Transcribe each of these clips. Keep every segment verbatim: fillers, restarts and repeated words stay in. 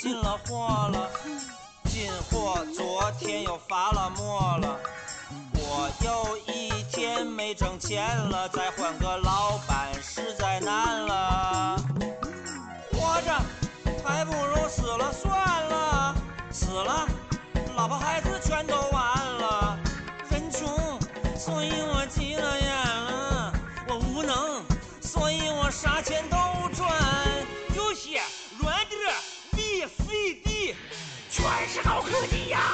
进了货了，进货昨天又发了墨了，我又一天没挣钱了，再换个老板实在难了。活着还不如死了算了，死了老婆孩子全都完了。人穷所以我急了眼了，我无能所以我啥钱都赚，有些软的 V C D 全是高科技呀！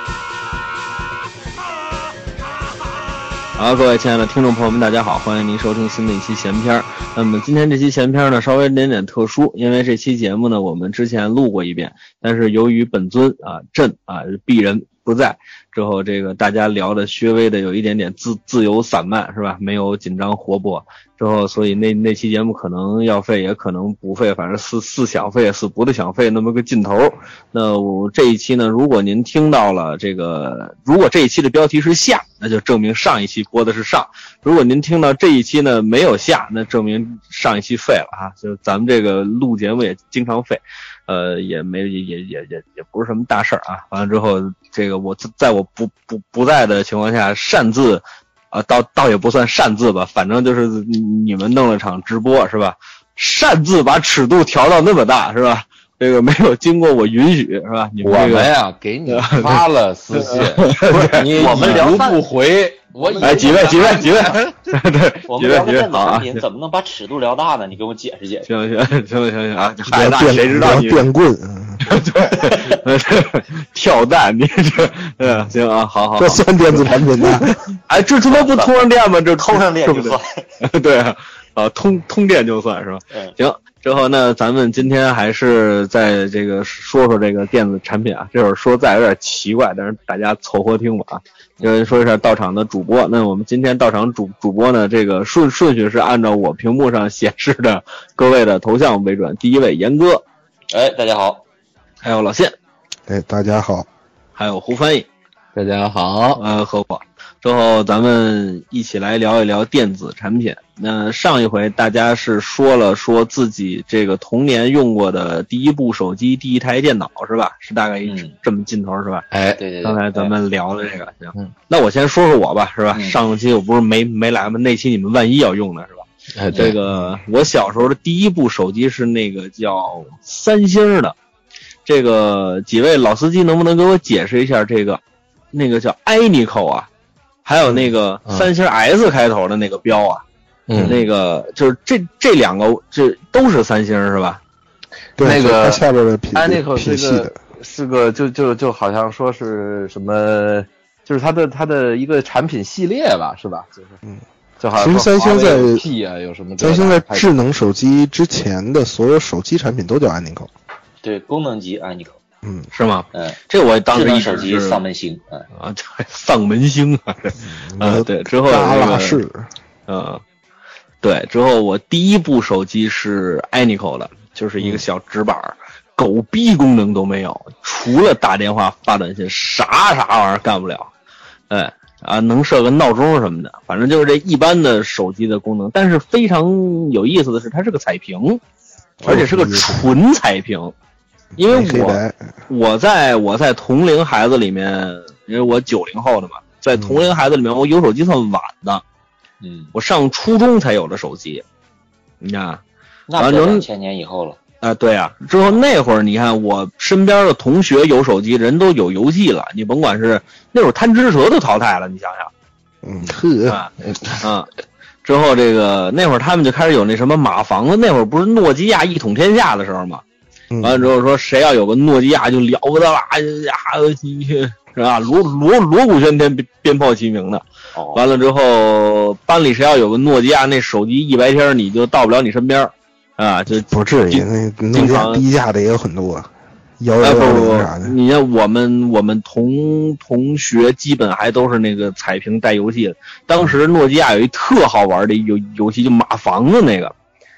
好，各位亲爱的听众朋友们，大家好，欢迎您收听新的一期闲篇。那么今天这期闲篇呢，稍微有点点特殊，因为这期节目呢，我们之前录过一遍，但是由于本尊啊朕啊鄙人不在之后，这个大家聊的稍微的有一点点自自由散漫，是吧？没有紧张活泼之后，所以那那期节目可能要费，也可能不费，反正是是想费是不的想费那么个劲头。那我这一期呢，如果您听到了这个，如果这一期的标题是下，那就证明上一期播的是上；如果您听到这一期呢没有下，那证明上一期废了啊！就咱们这个录节目也经常废。呃，也没也也也也也不是什么大事儿啊。完了之后，这个我在我不不不在的情况下，擅自，啊，倒倒也不算擅自吧，反正就是你们弄了场直播是吧？擅自把尺度调到那么大是吧？这个没有经过我允许是吧？你们、这个、 我们呀给你发了私信，你我们聊不回。我哎，几位几位几位，对， 我们聊个电子产品怎么能把尺度聊大呢？你给我解释解释。 行行行行行啊，孩子谁知道你电棍？ 对，跳蛋，你这嗯行啊，好好， 这算电子产品呢？ 哎，这他妈不通上电吗？这通上电就算， 对啊，啊通通电就算是吧？ 嗯， 行。之后呢，咱们今天还是在这个说说这个电子产品啊，这会儿说再有点奇怪，但是大家凑合听吧啊。就说一下到场的主播，那我们今天到场主主播呢，这个顺顺序是按照我屏幕上显示的各位的头像为准。第一位严哥， 哎，大家好； 还有老谢， 哎，大家好； 还有胡翻译， 大家好。 呃，和我。之后咱们一起来聊一聊电子产品。那上一回大家是说了说自己这个童年用过的第一部手机、第一台电脑是吧？是大概一、嗯、这么劲头是吧？ 哎， 对对对。 刚才咱们聊的这个，行、嗯。那我先说说我吧，是吧？嗯、上期我不是没没来吗？那期你们万一要用的是吧？ 哎， 这个我小时候的第一部手机是那个叫三星的，这个几位老司机能不能给我解释一下这个那个叫 Anyco 啊？还有那个三星 S 开头的那个标啊，嗯，那个就是这这两个这都是三星是吧？ 对， 那个它下边的品 Anyco 品系的是个就就就好像说是什么，就是它的它的一个产品系列吧，是吧？就是嗯，就好像其实三星在 P 啊有什么？ 三星在智能手机之前的所有手机产品都叫 Anyco， 对，功能机 Anyco。 嗯，是吗？ 嗯， 这我当时一手机丧门星，嗯啊，丧门星啊，啊对，之后拉拉式， 嗯，对，之后我第一部手机是 Anyco 的，就是一个小直板，嗯、狗逼功能都没有，除了打电话发短信，啥啥玩意儿干不了，哎啊，能设个闹钟什么的，反正就是这一般的手机的功能。但是非常有意思的是，它是个彩屏，而且是个纯彩屏。因为我我在我在同龄孩子里面，因为我九零后的嘛，在同龄孩子里面，我有手机算晚的， 嗯， 我上初中才有的手机，你看， 那就两千年以后了啊、呃，对啊，之后那会儿你看我身边的同学有手机，人都有游戏了，你甭管是那会儿贪吃蛇都淘汰了，你想想， 嗯呵啊啊，之后这个那会儿他们就开始有那什么马房子，那会儿不是诺基亚一统天下的时候吗？完了之后说谁要有个诺基亚就了不得了呀，是吧？锣锣锣鼓喧天，鞭炮齐鸣的。完了之后，班里谁要有个诺基亚，那手机一白天你就到不了你身边啊，就不至于。那诺基亚低价的也有很多，幺幺幺零啥的。 你看我们我们同同学基本还都是那个彩屏带游戏的。当时诺基亚有一特好玩的游游戏，就马房子那个。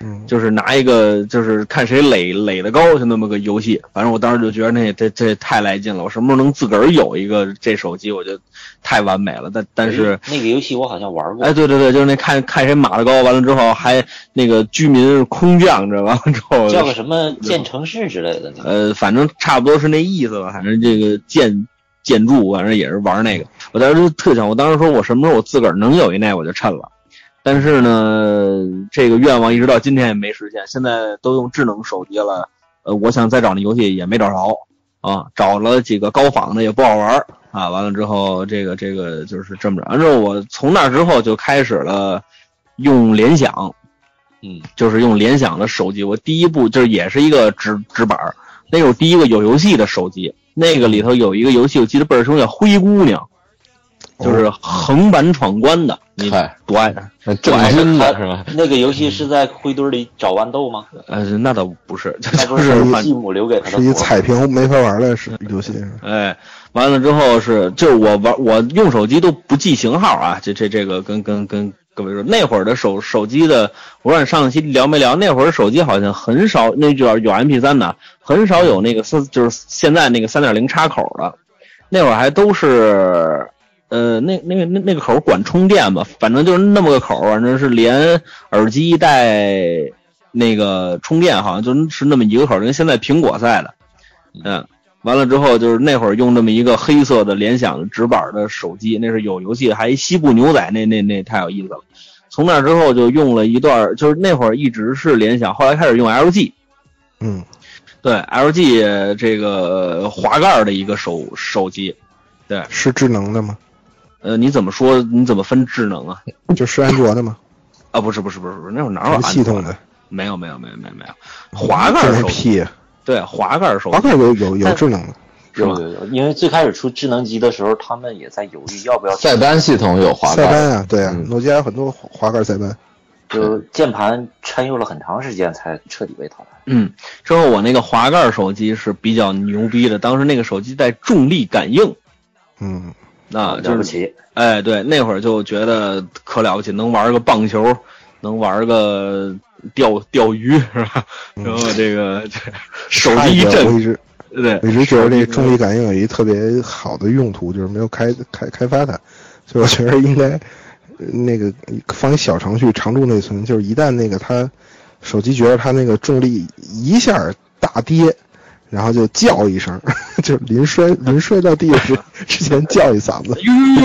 嗯， 就是拿一个就是看谁垒垒得高，就那么个游戏。反正我当时就觉得那这这太来劲了，我什么时候能自个儿有一个这手机，我觉得太完美了。但但是那个游戏我好像玩过。 哎，对对对，就是那看看谁马得高，完了之后还那个居民空降着，完了之后叫个什么建城市之类的。 呃，反正差不多是那意思吧。反正这个建建筑，反正也是玩那个。我当时就特想，我当时说我什么时候我自个儿能有一那我就趁了。但是呢，这个愿望一直到今天也没实现。现在都用智能手机了，呃，我想再找那游戏也没找着啊，找了几个高仿的也不好玩啊。完了之后，这个这个就是这么着。完之后，我从那之后就开始了用联想， 嗯，就是用联想的手机。我第一部就是也是一个直直板，那是我第一个有游戏的手机。那个里头有一个游戏，我记得倍儿熟，叫《灰姑娘》。就是横版闯关的，你多爱它， 正经的是吧？ 那个游戏是在灰堆里找豌豆吗？ 呃，那倒不是， 那不是继母留给他的， 是一彩屏没法玩的是游戏。 哎，完了之后是，就是我玩我用手机都不记型号啊，这这这个跟跟跟各位说，那会儿的手手机的，我让你上期聊没聊？那会儿手机好像很少，那就有 M P 三 的，很少有那个三，就是现在那个 三点零 插口的，那会儿还都是。呃，那那个那那个口管充电吧，反正就是那么个口，反正是连耳机带那个充电，好像就是那么一个口，跟现在苹果赛的。嗯，完了之后就是那会儿用那么一个黑色的联想的直板的手机，那是有游戏，还西部牛仔，那那那太有意思了。从那之后就用了一段，就是那会儿一直是联想，后来开始用 L G。 嗯， 对 ，L G 这个滑盖的一个手手机，对， 是智能的吗？ 呃，你怎么说？你怎么分智能啊？ 就是安卓的吗？ 啊，不是不是不是不是，那会儿哪有安卓系统的？ 没有没有没有没有没有，滑盖手机。对，滑盖手机。 滑盖有有有智能的， 有有有，因为最开始出智能机的时候，他们也在犹豫要不要。 塞班系统有滑盖。 塞班啊，对啊，诺基亚有很多滑盖塞班。 就是键盘抻悠了很长时间才彻底被淘汰。 嗯，之后我那个滑盖手机是比较牛逼的，当时那个手机带重力感应。 嗯。 那了不起， 哎，对，那会儿就觉得可了不起，能玩个棒球，能玩个钓钓鱼，是吧？然后这个手机一震， 我一直对， 我一直觉得这重力感应有一特别好的用途，就是没有开开开发它，所以我觉得应该那个放一小程序常驻内存，就是一旦那个它手机觉得它那个重力一下大跌。然后就叫一声，就临摔临摔到地之之前叫一嗓子，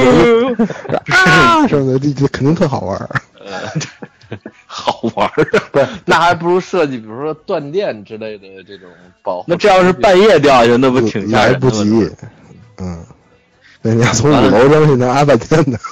啊什么的，这这肯定特好玩儿。 好玩儿啊！ 对，那还不如设计，比如说断电之类的这种保护。 那这要是半夜掉下去，那不挺吓人的？ 来不及。嗯，那你要从五楼扔去，那挨半天的。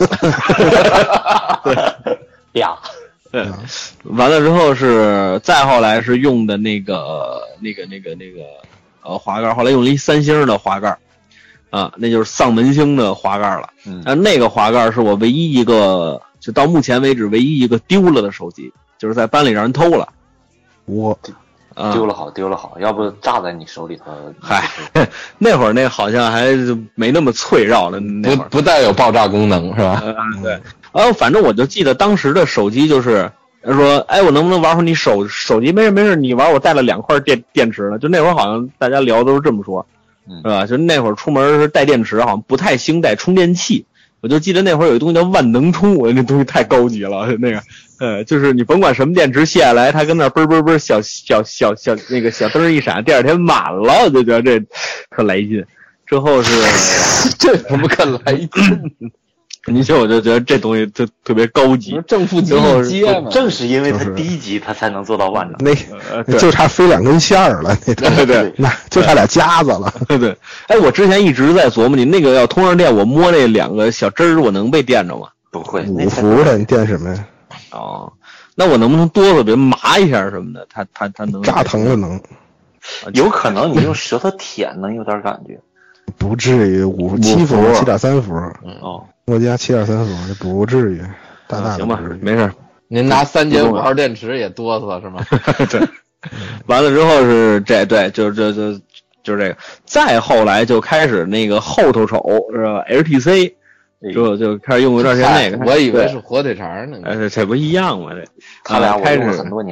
对呀。 对，完了之后是再后来是用的那个那个那个那个呃滑盖，后来用了一三星的滑盖，啊，那就是丧门星的滑盖了。嗯，啊，那个滑盖是我唯一一个，就到目前为止唯一一个丢了的手机，就是在班里让人偷了。 我啊， 丢了好，丢了好，要不炸在你手里头。 嗨，那会儿那好像还没那么脆绕了，那会儿不不带有爆炸功能是吧？ 嗯，对。啊，反正我就记得当时的手机就是说，哎，我能不能玩会儿你手手机？没事没事，你玩我带了两块电电池呢。就那会儿好像大家聊都是这么说，是吧？就那会儿出门是带电池，好像不太兴带充电器。我就记得那会儿有一东西叫万能充，我那东西太高级了，那个，呃，就是你甭管什么电池卸下来，它跟那嘣嘣嘣小小小小那个小灯一闪，第二天满了，我就觉得这特来劲。之后是这怎么可来劲？ 你说我就觉得这东西就特别高级， 正负极接嘛， 正是因为它低级，它才能做到万能。 那那就差飞两根线儿了，那对对， 那就差俩夹子了， 对对。哎，我之前一直在琢磨，你那个要通上电，我摸那两个小针儿，我能被电着吗？ 不会， 五伏的，你电什么呀？ 哦，那我能不能哆嗦，比如麻一下什么的？它它它能扎疼了能？ 有可能你用舌头舔能有点感觉。 不至于五七伏七点三伏， 哦， 诺基亚七点三伏，这不至于，大大的行吧，没事。 您拿三节五号电池也哆嗦是吗？ 对，完了之后是这对，就是这这就是这个，再后来就开始那个后头手是吧 ？L T C， 就就开始用一段时间那个， 我以为是火腿肠呢， 哎，这不一样吗？这他俩我用了很多年。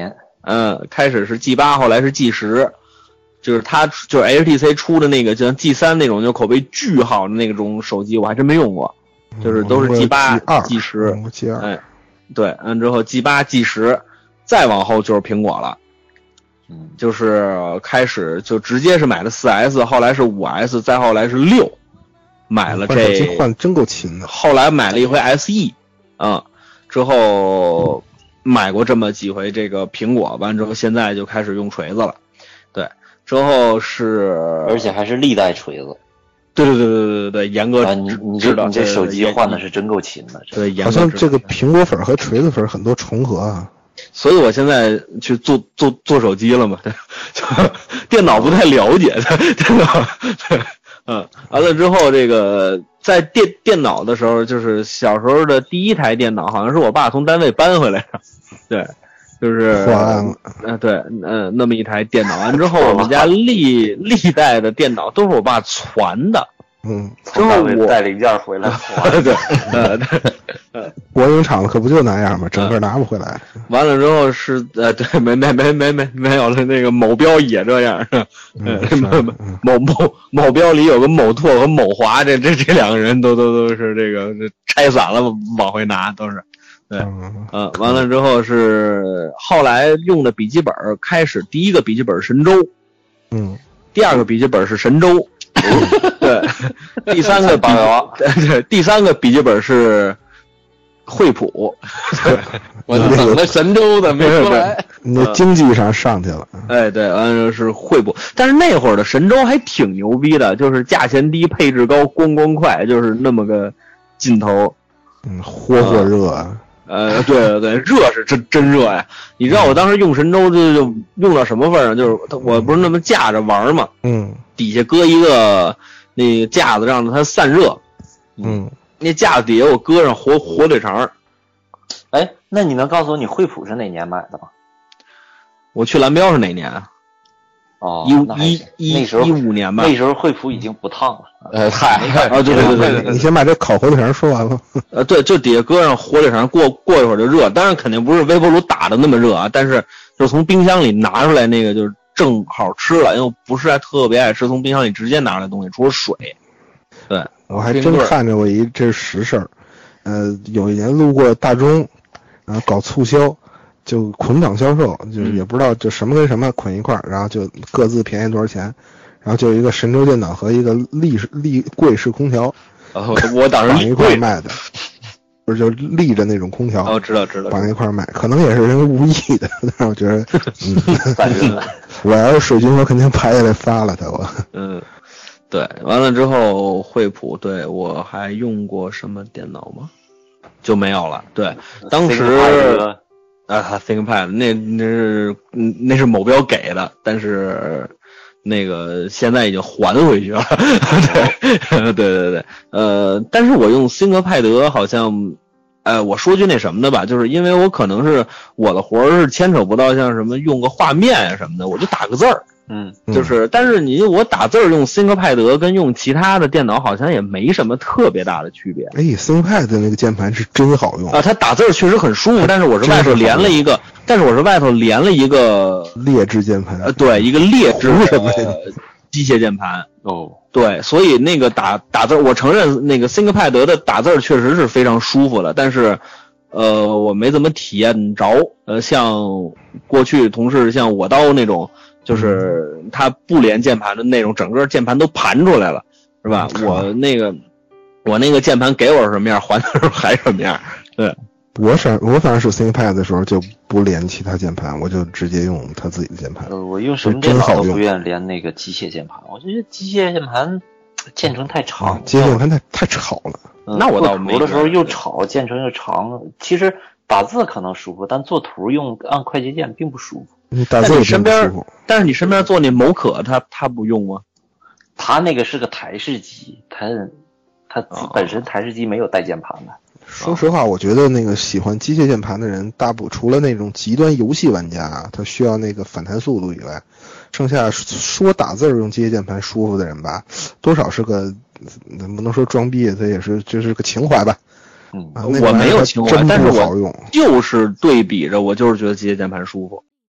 嗯，开始是 G 八，后来是 G 十，就是它就是 H T C 出的那个就像 G 三那种就口碑巨好的那种手机，我还真没用过，就是都是 G 八、G 十， G 二， 哎，对，完之后 G 八、G 十，再往后就是苹果了。就是开始就直接是买了 四 S， 后来是 五 S， 再后来是六，买了这换手机换真够勤的。 后来买了一回 S E， 啊、嗯，之后买过这么几回这个苹果，完之后现在就开始用锤子了。对，之后是而且还是历代锤子。 对对对对对对，严格啊，你你这你这手机换的是真够勤的。 对， 好像这个苹果粉和锤子粉很多重合啊。 所以我现在去做做做手机了嘛，就电脑不太了解，电脑，嗯，完了之后这个在电电脑的时候，就是小时候的第一台电脑，好像是我爸从单位搬回来的，对，就是呃对，呃那么一台电脑，完之后我们家历历代的电脑都是我爸传的。 嗯， 之后我带零件回来， 对，呃，对， 国营厂可不就那样吗？整个拿不回来。 完了之后是呃，对，没没没没没没有了，那个某标也这样，嗯，某某某标里有个某拓和某华，这这这两个人都都都是这个拆散了往回拿，都是，对，嗯，完了之后是后来用的笔记本，开始第一个笔记本神州， 嗯， 第二个笔记本是神州。对，第三个笔，对，第三个笔记本是惠普， 我等了神州的没出来， 那经济上上去了。 哎，对，完了是惠普，但是那会儿的神州还挺牛逼的，就是价钱低，配置高，咣咣快，就是那么个劲头。 嗯，霍霍热啊。 呃，对对对，热是真真热呀！你知道我当时用神州就就用到什么份儿上？就是我不是那么架着玩嘛， 嗯， 底下搁一个那个架子，让它散热， 嗯， 那架子底下我搁上火火腿肠。 哎，那你能告诉我你惠普是哪年买的吗？ 我去蓝标是哪年啊？ 哦， 一一一那时候一五年吧。 那时候惠普已经不烫了。 呃，嗨， 啊，对对对对， 你先把这烤火腿肠说完了。 呃，对，就底下搁上火腿肠，过过一会儿就热。当然肯定不是微波炉打的那么热啊，但是就从冰箱里拿出来那个就是正好吃了，因为我不是特别爱吃从冰箱里直接拿出来的东西，除了水。对， 我还真看着过一这是实事儿。呃，有一年路过大中，然后搞促销。就捆绑销售，就是也不知道就什么跟什么捆一块儿，然后就各自便宜多少钱，然后就有一个神州电脑和一个立式立柜式空调， 哦，我当时绑一块儿卖的，不是就立着那种空调， 哦，知道知道， 绑一块儿卖，可能也是人无意的，但是我觉得，嗯，我要是水军，我肯定拍下来发了他，我， 嗯，对，完了之后惠普，对我还用过什么电脑吗？就没有了，对，当时。啊 ，ThinkPad 那那是那是某标给的，但是那个现在已经还回去了。对对对对，呃，但是我用ThinkPad好像，呃，我说句那什么的吧，就是因为我可能是我的活儿是牵扯不到像什么用个画面啊什么的，我就打个字儿。 嗯， 就是，但是你我打字儿用 ThinkPad 跟用其他的电脑好像也没什么特别大的区别。 哎 ，ThinkPad 的那个键盘是真好用啊，它打字儿确实很舒服，但是我是外头连了一个，但是我是外头连了一个劣质键盘， 呃，对，一个劣质的机械键盘。 哦， 对，所以那个打打字儿，我承认那个 ThinkPad 的打字儿确实是非常舒服的，但是。呃，我没怎么体验着。呃，像过去同事像我刀那种，就是他不连键盘的那种，整个键盘都盘出来了，是吧？我那个，我那个键盘给我什么样，还的时候还什么样。对， 我反我反正是 ThinkPad 的时候就不连其他键盘，我就直接用他自己的键盘。 呃，我用什么电脑都不愿意连那个机械键盘，我觉得机械键盘键程太长， 啊、机械键盘太太吵了。 嗯、 那我倒没。 做图的时候又吵，键程又长。其实打字可能舒服，但做图用按快捷键并不舒服。 你打字你身边，但是你身边做那某可他他不用吗？ 他那个是个台式机，他他本身台式机没有带键盘的。 说实话，我觉得那个喜欢机械键盘的人，大部除了那种极端游戏玩家，他需要那个反弹速度以外，剩下说打字用机械键盘舒服的人吧，多少是个不能说装逼，他也是就是个情怀吧。 嗯， 啊、 我没有情怀，但是我就是对比着，我就是觉得机械键盘舒服。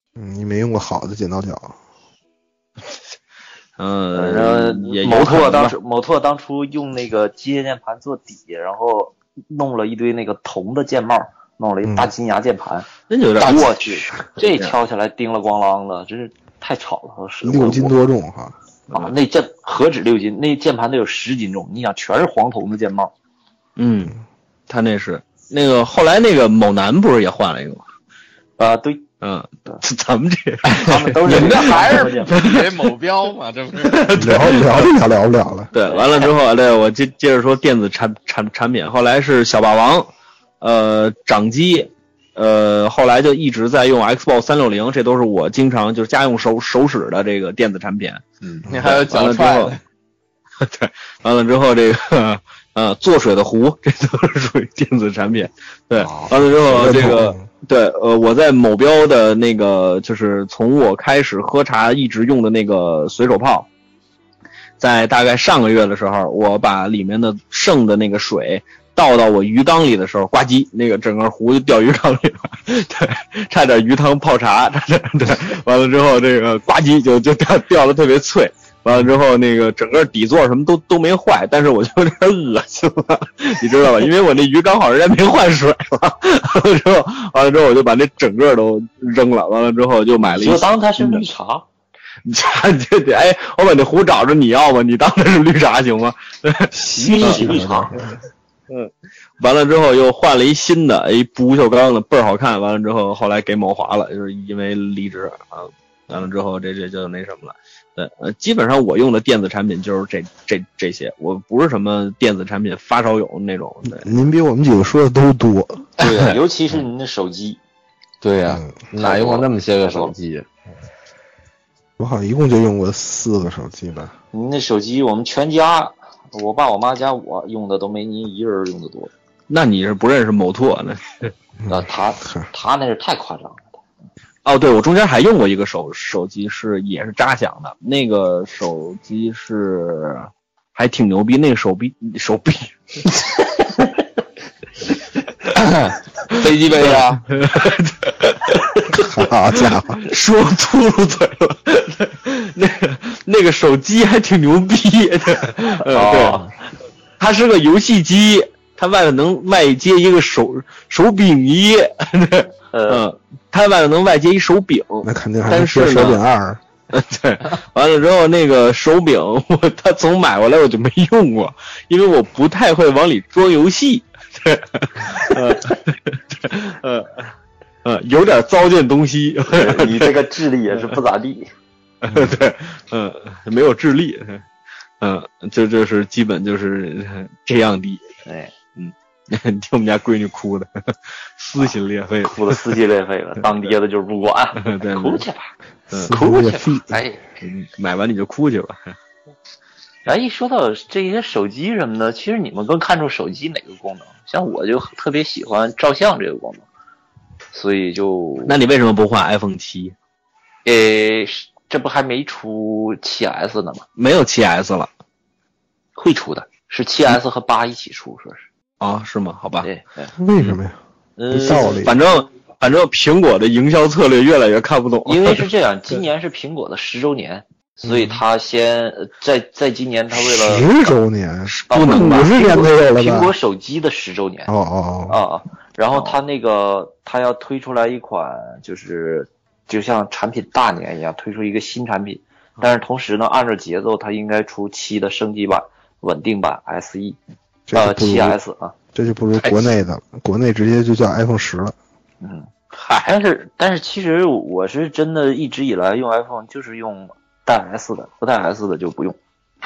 嗯，你没用过好的剪刀脚。 嗯，也某拓当时初某拓当初用那个机械键盘做底，然后弄了一堆那个铜的键帽，弄了一大金牙键盘， 真有点我去，这敲下来叮了咣啷的，真是太吵了，是六斤多重哈。 啊，那键何止六斤，那键盘得有十斤重，你想全是黄铜的键帽。 嗯，他那是那个后来那个某南不是也换了一个吗？ 啊，对。 嗯，咱们这他们都是你们这还是以为某标嘛？这不是聊聊不了聊不了了。 对，完了之后，对我接接着说电子产产产品，后来是小霸王，呃，掌机，呃，后来就一直在用 Xbox 三六零，这都是我经常就是家用手手使的这个电子产品。 嗯，你还有脚踹的。 对，完了之后这个呃做水的壶，这都是属于电子产品。对，完了之后这个。对，呃，我在某标的那个，就是从我开始喝茶一直用的那个随手泡，在大概上个月的时候，我把里面的剩的那个水倒到我鱼缸里的时候，呱唧，那个整个壶就掉鱼缸里了，对，差点鱼汤泡茶，差点对，完了之后这个呱唧就就掉掉的特别脆。完了之后，那个整个底座什么都都没坏，但是我就有点恶心了，你知道吧？因为我那鱼缸好长时间没换水了，完了之后，完了之后我就把那整个都扔了。完了之后就买了一。 就当它是绿茶。 这这哎，我把那壶找着，你要吗？你当它是绿茶行吗？ 西式绿茶。 嗯，完了之后又换了一新的，一不锈钢的，倍儿好看。完了之后，后来给某华了，就是因为离职啊。完了之后，这这就那什么了。对，呃，基本上我用的电子产品就是这这这些，我不是什么电子产品发烧友那种。对， 您比我们几个说的都多。 对，尤其是您的手机。 对呀、啊，嗯、哪用过那么些个手机？ 我好像一共就用过四个手机吧。 您那手机，我们全家，我爸、我妈加我用的都没您一人用的多。 那你是不认识某拓呢？ 啊，他他那是太夸张了。 哦，对，我中间还用过一个手手机，是也是扎响的，那个手机是还挺牛逼，那个手臂手臂， 飞机杯啊， 好家伙， 说秃噜嘴了，那个那个手机还挺牛逼的，呃、 哦， 对，它是个游戏机，它外头能外接一个手手柄仪，嗯，它外头能外接一手柄， 那肯定还是手柄二。 对，完了之后那个手柄我他从买回来我就没用过，因为我不太会往里装游戏，对，呃，呃，呃，有点糟践东西。 你这个智力也是不咋地。 对，嗯、呃，没有智力，嗯、呃，就就是基本就是这样的。 哎， 嗯，听我们家闺女哭的，撕心裂肺， 哭的撕心裂肺了。当爹的就是不管， 对， 哭去吧， 嗯， 哭去吧。哎， 买完你就哭去吧。 哎，一说到这些手机什么的，其实你们更看重手机哪个功能？像我就特别喜欢照相这个功能，所以就…… 那你为什么不换 iPhone 七？ 呃，这不还没出 七 S 呢吗？ 没有 七 S 了， 会出的，是 七 S 和八一起出，说是。 啊，是吗？好吧。 对对。 为什么呀？ 呃， 道理。 反正反正苹果的营销策略越来越看不懂。 因为是这样，今年是苹果的十周年，所以他先在在今年他为了十周年不能吧？ 五十年没有了吧？ 苹果手机的十周年。 哦哦哦。啊，然后他那个他要推出来一款，就是就像产品大年一样推出一个新产品，但是同时呢，按照节奏，它应该出七的升级版、稳定版 S E。呃，七 S 啊， 这就不如国内的了，国内直接就叫 iPhone 十了。 嗯，但是但是其实我是真的一直以来用 iPhone 就是用带 S 的，不带 S 的就不用。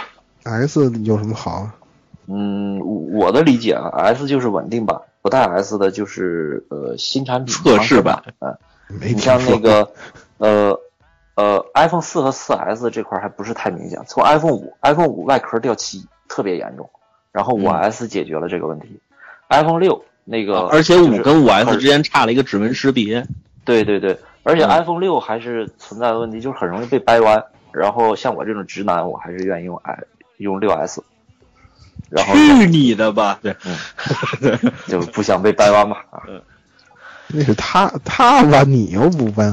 S 有什么好啊？ 嗯，我的理解啊 ，S 就是稳定版，不带 S 的就是呃新产品测试版。 嗯， 没你像那个呃呃 iPhone 四和 四 S 这块还不是太明显，从 iPhone 五 iPhone 五外壳掉漆特别严重。然后五 S 解决了这个问题、嗯、，iPhone 六那个， 而且五跟五 S 之间差了一个指纹识别。 对对对，而且 iPhone 六还是存在的问题，就是很容易被掰弯。然后像我这种直男，我还是愿意用 i 用六 S。然后去你的吧，对， 嗯，对，就不想被掰弯嘛。 嗯， 那是他他弯，你又不弯。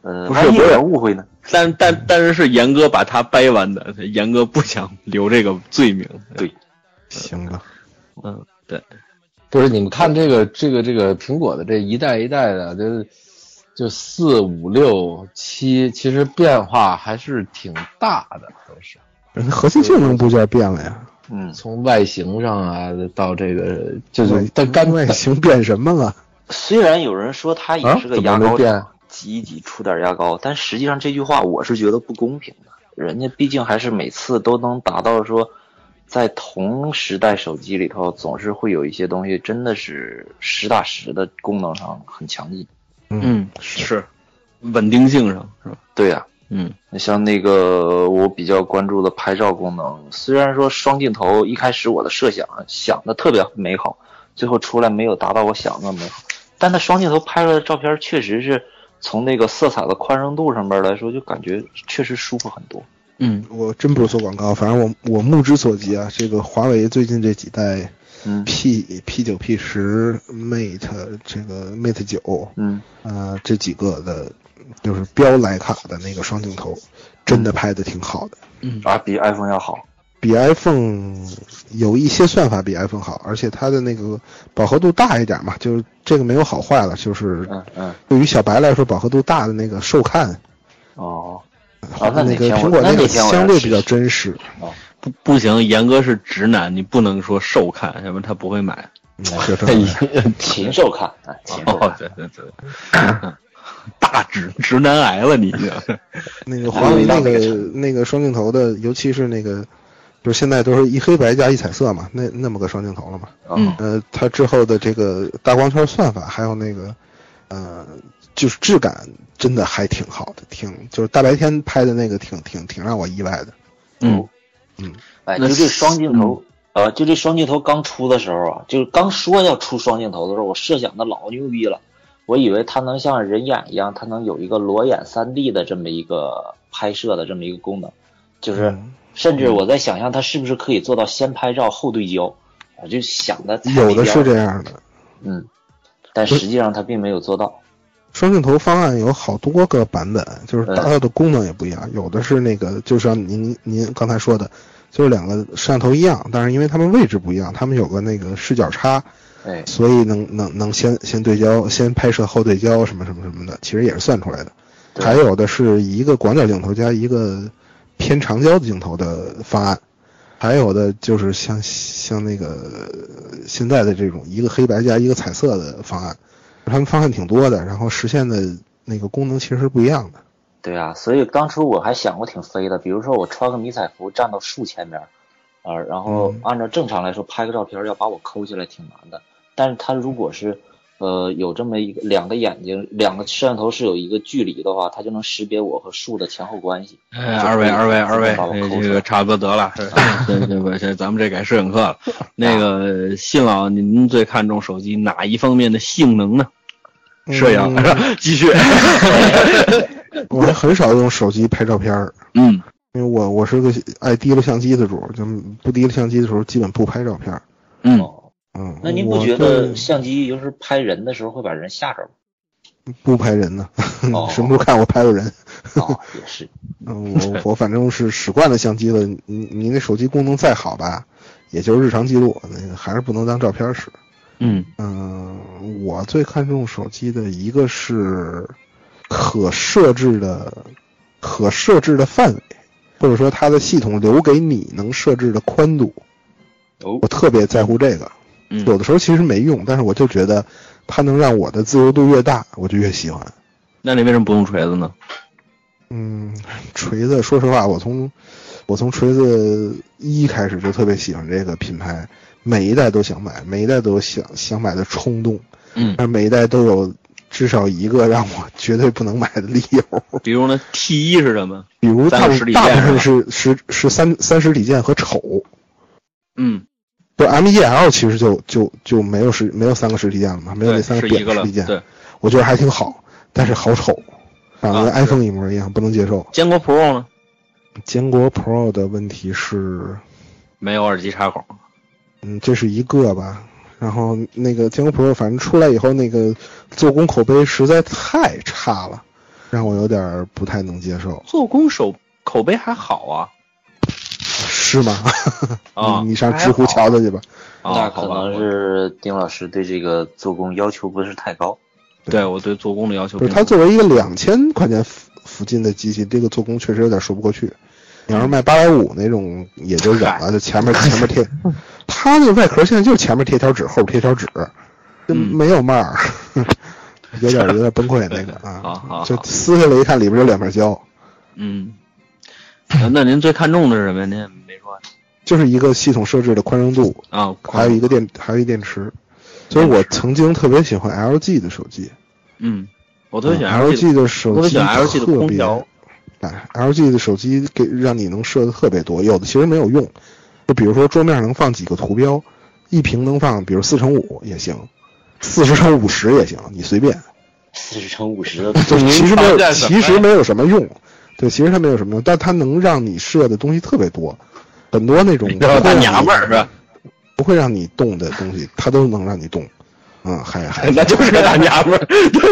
呃， 不是万一有不是人误会呢？ 但但但是是严哥把他掰弯的，严哥不想留这个罪名。 对， 行吧， 嗯，对， 不是你们看这个这个这个苹果的这一代一代的，就就四五六七，其实变化还是挺大的，都是。 人家核心性能部件变了呀， 嗯， 从外形上啊，到这个就是它干外形变什么了？ 虽然有人说它也是个啊牙膏怎么没变， 挤一挤出点牙膏，但实际上这句话我是觉得不公平的。人家毕竟还是每次都能达到说，在同时代手机里头，总是会有一些东西真的是实打实的功能上很强劲。 嗯，是稳定性上是吧？ 对呀、啊， 嗯， 像那个我比较关注的拍照功能，虽然说双镜头一开始我的设想想的特别美好，最后出来没有达到我想的美好，但它双镜头拍出来的照片确实是从那个色彩的宽容度上面来说，就感觉确实舒服很多。 嗯， 我真不是做广告，反正我我目之所及啊，这个华为最近这几代， 嗯 P P 九 P 十 Mate 这个 Mate 九， 嗯， 呃这几个的，就是标徕卡的那个双镜头，真的拍的挺好的， 嗯啊，比 iPhone 要好。 比 iPhone 有一些算法比 iPhone 好，而且它的那个饱和度大一点嘛，就是这个没有好坏了，就是嗯嗯， 对于小白来说，饱和度大的那个受看， 哦，啊，那那个哪天我苹果那个那哪天我要试相对比较试真实。 不不行，严哥是直男，你不能说受看，要不然他不会买。 嗯，这这禽兽看啊，禽兽哦看，， 对对对，大直直男癌了你。 那个华为那个那个双镜头的，尤其是那个，就是现在都是一黑白加一彩色嘛，那那么个双镜头了嘛。 嗯呃，它之后的这个大光圈算法，还有那个，呃，就是质感真的还挺好的，挺就是大白天拍的那个挺挺挺让我意外的。 嗯嗯， 哎， 那就这双镜头，呃，就这双镜头刚出的时候啊，就是刚说要出双镜头的时候，我设想的老牛逼了，我以为它能像人眼一样，它能有一个裸眼 三 D 的这么一个拍摄的这么一个功能，就是嗯甚至我在想象它是不是可以做到先拍照后对焦，我就想的有的是这样的。 嗯，但实际上它并没有做到。 双镜头方案有好多个版本，就是达到的功能也不一样。有的是那个，就像您您刚才说的，就是两个摄像头一样，但是因为它们位置不一样，它们有个那个视角差， 哎， 所以能能能先先对焦，先拍摄后对焦什么什么什么的，其实也是算出来的。 对还有的是一个广角镜头加一个偏长焦的镜头的方案，还有的就是像像那个现在的这种一个黑白加一个彩色的方案。他们方案挺多的，然后实现的那个功能其实是不一样的。 对啊，所以当初我还想过挺飞的，比如说我穿个迷彩服站到树前面，呃，然后按照正常来说拍个照片要把我抠下来挺难的，但是它如果是呃有这么一个两个眼睛，两个摄像头是有一个距离的话，它就能识别我和树的前后关系。 哎，二位二位二位， 把我抠出来这个差不多得了。对对不，这咱们这改摄影课了。那个信老，您最看重手机哪一方面的性能呢？摄影， 嗯继续。 我还很少用手机拍照片儿， 嗯因为我我是个爱提了相机的主，就不提了相机的时候基本不拍照片儿。 嗯， 哦， 嗯， 那您不我觉得对相机有时候拍人的时候会把人吓着吗？ 不拍人呢？ 哦什么时候看我拍了人？ 哦，也是。 嗯，我我反正是使惯了相机了，你你那手机功能再好吧，也就是日常记录，那个还是不能当照片使。 嗯嗯，我最看重手机的一个是可设置的可设置的范围，或者说它的系统留给你能设置的宽度。 哦我特别在乎这个， 嗯， 有的时候其实没用，但是我就觉得它能让我的自由度越大，我就越喜欢。 那你为什么不用锤子呢？ 嗯，锤子，说实话，我从我从锤子一开始就特别喜欢这个品牌，每一代都想买，每一代都有想想买的冲动， 嗯， 但是每一代都有至少一个让我绝对不能买的理由。 比如呢 ，T 一是什么？ 比如大部三个实体键大部分是是是是三三实体键和丑， 嗯， 就 M E L 其实就就就没有实没有三个实体键了嘛，没有那对， 三个是一个了。 扁实体键， 对， 我觉得还挺好，但是好丑，长得跟啊是 iPhone 一模一样，不能接受。 坚果 Pro 呢？ 坚果 Pro 的问题是， 没有耳机插口。 嗯，这是一个吧。然后那个坚果 Pro 反正出来以后，那个做工口碑实在太差了。 让我有点不太能接受。 做工手口碑还好啊。 是吗？ 啊， 你你上知乎瞧瞧去吧。 那可能是丁老师对这个做工要求不是太高。 对，我对做工的要求不是，它作为一个两千块钱附近的机器，这个做工确实有点说不过去。你要是卖八百五那种也就忍了，就前面前面贴，它那个外壳现在就是前面贴条纸，后边贴条纸，就没有面儿，有点有点崩溃那个啊，就撕下来一看里边有两片胶。 嗯，那您最看重的是什么？您没说。 就是一个系统设置的宽容度啊， 还有一个电，还有一电池。所以我曾经特别喜欢 L G 的手机。 嗯，我特别喜欢 L G 的手机， 我特别喜欢 L G 的空调。 哎 ，L G 的手机给让你能设的特别多，有的其实没有用。就比如说桌面上能放几个图标，一屏能放，比如四乘五也行，四十乘五十也行，你随便。 四十乘五十的， 就其实没有，其实没有什么用。对，其实它没有什么用，但它能让你设的东西特别多，很多那种大娘们儿是吧？ 不会让你动的东西，它都能让你动。嗯，还还那就是个大娘们儿，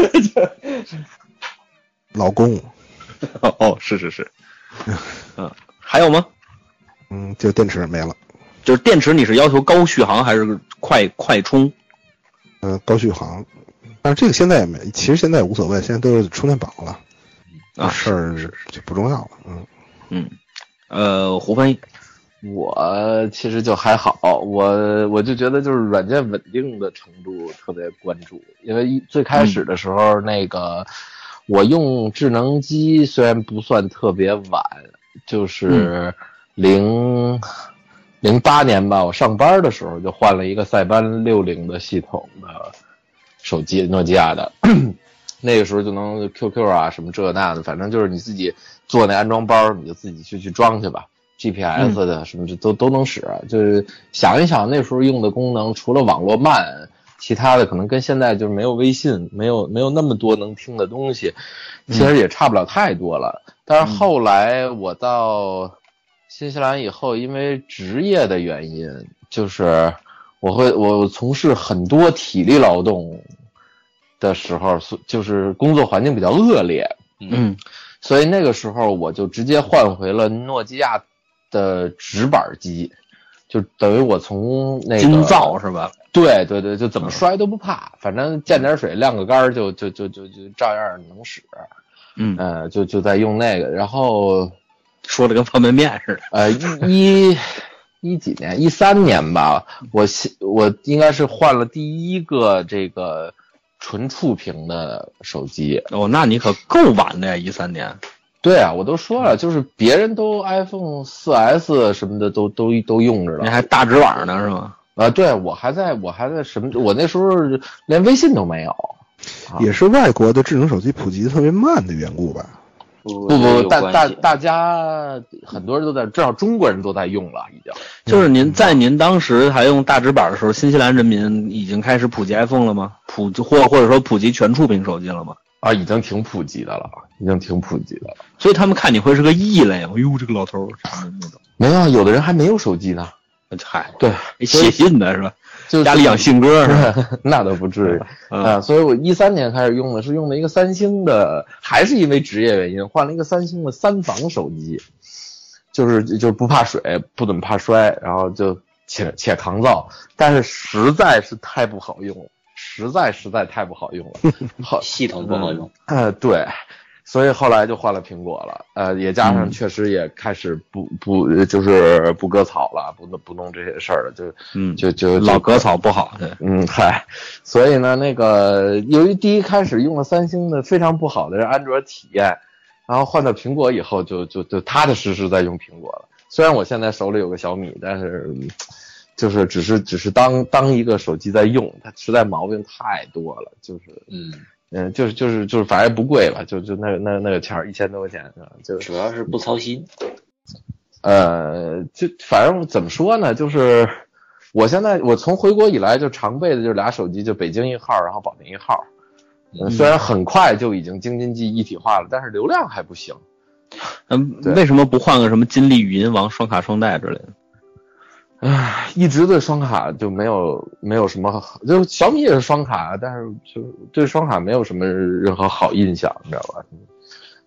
老公。 哦哦，是是是。嗯，还有吗？ 嗯，就电池没了。 就是电池，你是要求高续航还是快快充？ 嗯、呃，高续航。但是这个现在也没，其实现在也无所谓，现在都是充电宝了。 啊， 事儿就不重要了。嗯嗯，呃，胡翻译。 我其实就还好，我我就觉得就是软件稳定的程度特别关注，因为一最开始的时候，嗯、那个我用智能机虽然不算特别晚，就是零零八年吧，我上班的时候就换了一个塞班六零的系统的手机，诺基亚的。那个时候就能 Q Q 啊什么这那的，反正就是你自己做那安装包，你就自己去去装去吧。G P S 的什么这都都能使，就是想一想那时候用的功能，除了网络慢，其他的可能跟现在就是没有微信，没有没有那么多能听的东西，其实也差不了太多了。但是后来我到新西兰以后，因为职业的原因，就是我会我从事很多体力劳动的时候，就是工作环境比较恶劣， 嗯， 所以那个时候我就直接换回了诺基亚的直板机，就等于我从那个金造是吧？ 对对对，就怎么摔都不怕，反正溅点水晾个杆就就就就就照样能使。 嗯呃，就就在用那个，然后说的跟方便面似的。 呃，一一几年，一三年吧，我我应该是换了第一个这个纯触屏的手机。 哦，那你可够晚的呀，一三年。 对啊，我都说了，就是别人都 iPhone 四 S 什么的都都都用着了， 你还大直板呢是吗？ 啊，对，我还在我还在什么？我那时候连微信都没有， 啊、也是外国的智能手机普及特别慢的缘故吧？ 不不不，大大大家很多人都在，至少中国人都在用了，已经。 就是您在您当时还用大直板的时候，新西兰人民已经开始普及 iPhone 了吗？普或或者说普及全触屏手机了吗？ 啊，已经挺普及的了，已经挺普及的了。 所以他们看你会是个异类，哎呦，这个老头儿那种。 没有，有的人还没有手机呢。 嗨， 对， 写信的是吧？ 就是家里养信鸽是吧？ 那倒不至于、 嗯、 啊。所以我一三年开始用的是用的一个三星的，还是因为职业原因换了一个三星的三防手机，就是就是不怕水，不怎么怕摔，然后就且且抗造，但是实在是太不好用了。实在实在太不好用了，好系统不好用。 嗯、呃，对，所以后来就换了苹果了。呃，也加上确实也开始不不就是不割草了，不不弄这些事儿了，就嗯就就老割草不好，对， 嗯嗨，所以呢，那个由于第一开始用了三星的非常不好的安卓体验，然后换到苹果以后就就就踏踏实实在用苹果了。虽然我现在手里有个小米，但是。就是只是只是当当一个手机在用，它实在毛病太多了，就是嗯嗯，就是就是就是反正不贵吧，就就那那那个钱一千多块钱啊，就主要是不操心。 呃，就反正怎么说呢，就是我现在我从回国以来就常备的就是俩手机，就北京一号，然后保定一号。嗯，虽然很快就已经京津冀一体化了，但是流量还不行。 嗯，为什么不换个什么金立语音王双卡双待之类的？ 唉，一直对双卡就没有没有什么好，就小米也是双卡，但是就对双卡没有什么任何好印象，你知道吧？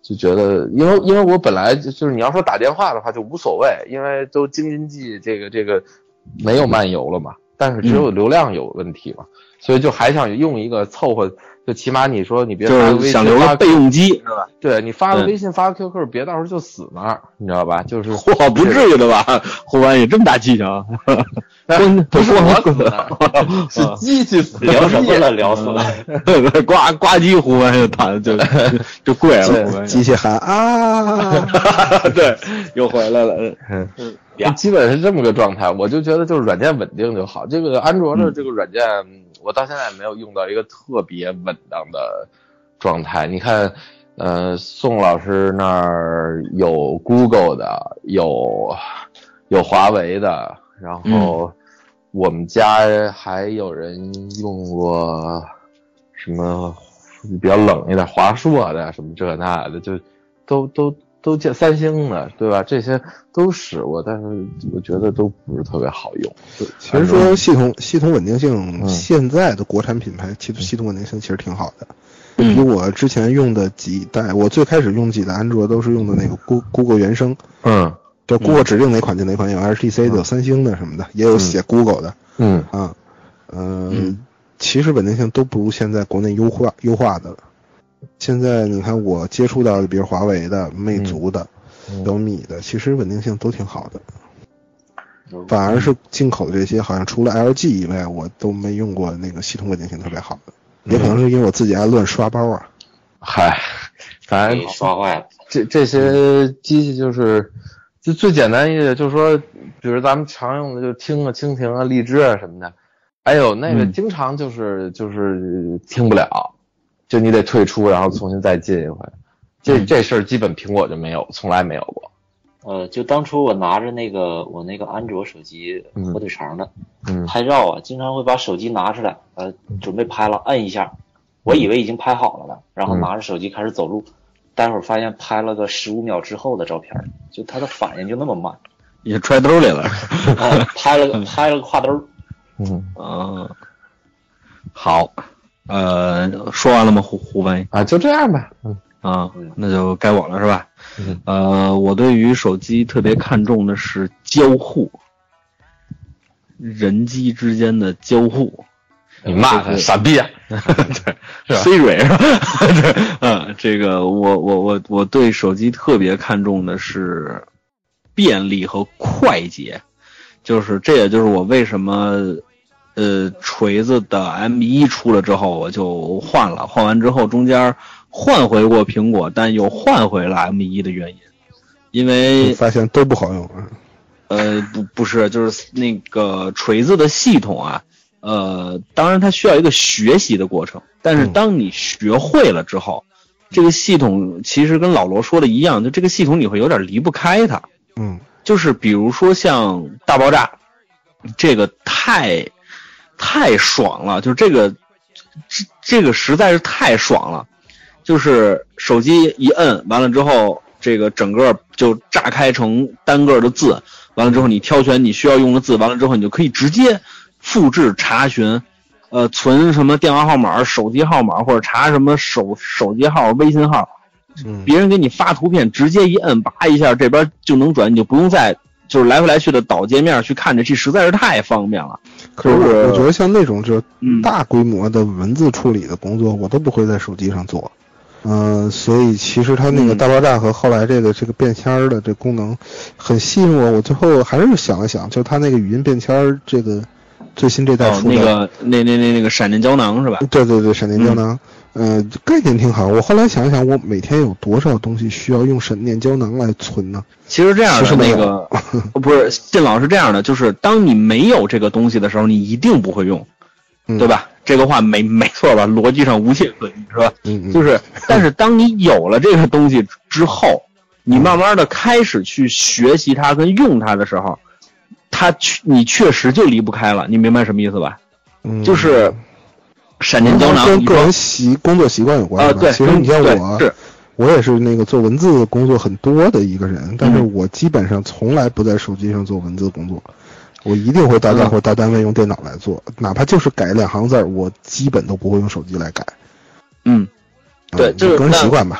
就觉得，因为因为我本来就就是你要说打电话的话就无所谓，因为都京津冀这个这个没有漫游了嘛，但是只有流量有问题嘛，嗯、所以就还想用一个凑合。就起码你说你别发个微信， 想留个备用机是吧？ 对，你发个微信发个 Q Q， 别到时候就死那儿，你知道吧？就是嚯，不至于的吧？胡万有这么大技巧？ 不是我死的，是机器死聊什么了？聊死了， 呱呱唧胡万就弹就就跪了， 机器喊啊， 对，又回来了， 嗯嗯，基本是这么个状态。我就觉得就是软件稳定就好。这个安卓的这个软件。嗯我到现在没有用到一个特别稳当的状态。你看，呃，宋老师那儿有 Google 的，有有华为的，然后我们家还有人用过什么比较冷一点华硕的，什么这那的，就都都都见三星的，对吧？这些都使过，但是我觉得都不是特别好用。 其实说系统系统稳定性，嗯、现在的国产品牌其实系统稳定性其实挺好的。嗯、比我之前用的几代，我最开始用几代安卓都是用的那个 Google 原生， 嗯， 就 Google 指定哪款就哪款，有 H T C 的，有三星的什么的，也有写 Google 的， 嗯啊，呃、嗯，其实稳定性都不如现在国内优化优化的了。现在你看我接触到的，比如华为的、魅族的、小米的，其实稳定性都挺好的。反而是进口的这些，好像除了 L G 以外，我都没用过那个系统稳定性特别好的。也可能是因为我自己爱乱刷包啊。 嗨，反正刷坏了。 这这些机器就是就最简单一点，就是说，比如咱们常用的就听个蜻蜓啊、荔枝啊什么的，哎呦那个经常就是、嗯、就是听不了。就你得退出，然后重新再进一回，这这事儿基本苹果就没有，从来没有过。 呃，就当初我拿着那个我那个安卓手机火腿肠的， 嗯， 拍照啊，经常会把手机拿出来，呃，准备拍了，摁一下，我以为已经拍好了了，然后拿着手机开始走路，嗯、待会儿发现拍了个十五秒之后的照片，就它的反应就那么慢， 也揣兜里了， 啊，拍了个拍了个挎兜， 嗯啊，好。呃，说完了吗？胡胡文啊，就这样吧。嗯啊，那就该我了，是吧？ 嗯。 呃，我对于手机特别看重的是交互，人机之间的交互。 你骂他傻逼啊！ 对，Siri 是吧？对，嗯，这个我我我我对手机特别看重的是便利和快捷，就是这也就是我为什么。呃，锤子的 M 一 出了之后，我就换了。换完之后，中间换回过苹果，但又换回了 M 一 的原因，因为发现都不好用啊。 呃，不不是，就是那个锤子的系统啊，呃，当然它需要一个学习的过程，但是当你学会了之后，嗯、这个系统其实跟老罗说的一样，就这个系统你会有点离不开它。 嗯， 就是比如说像大爆炸，这个太。太爽了，就是这个这这个实在是太爽了，就是手机一摁完了之后，这个整个就炸开成单个的字，完了之后你挑选你需要用的字，完了之后你就可以直接复制查询，呃，存什么电话号码、手机号码或者查什么手手机号、微信号，别人给你发图片，直接一摁，叭一下这边就能转，你就不用再就是来回来去的导界面去看着，这实在是太方便了。 可是我觉得像那种就是大规模的文字处理的工作，我都不会在手机上做。嗯、呃，所以其实它那个大爆炸和后来这个这个便签的这功能很吸引我。我最后还是想了想，就它那个语音便签这个最新这代出的、 哦、那个那那那那个闪电胶囊是吧？ 对对对，闪电胶囊。嗯、呃，概念挺好。我后来想想，我每天有多少东西需要用闪电胶囊来存呢？ 其实这样的那个不是靳老师这样的，就是当你没有这个东西的时候，你一定不会用， 嗯、 对吧？这个话没没错吧？逻辑上无懈可击，是吧？ 嗯嗯。 就是，但是当你有了这个东西之后，你慢慢的开始去学习它跟用它的时候，它你确实就离不开了。你明白什么意思吧？ 嗯， 就是。闪电胶囊跟个人习工作习惯有关啊，对。 其实你像我，是我也是那个做文字工作很多的一个人，但是我基本上从来不在手机上做文字工作，我一定会到家或到单位用电脑来做，嗯、哪怕就是改两行字，我基本都不会用手机来改。 嗯，对，就是个人习惯吧。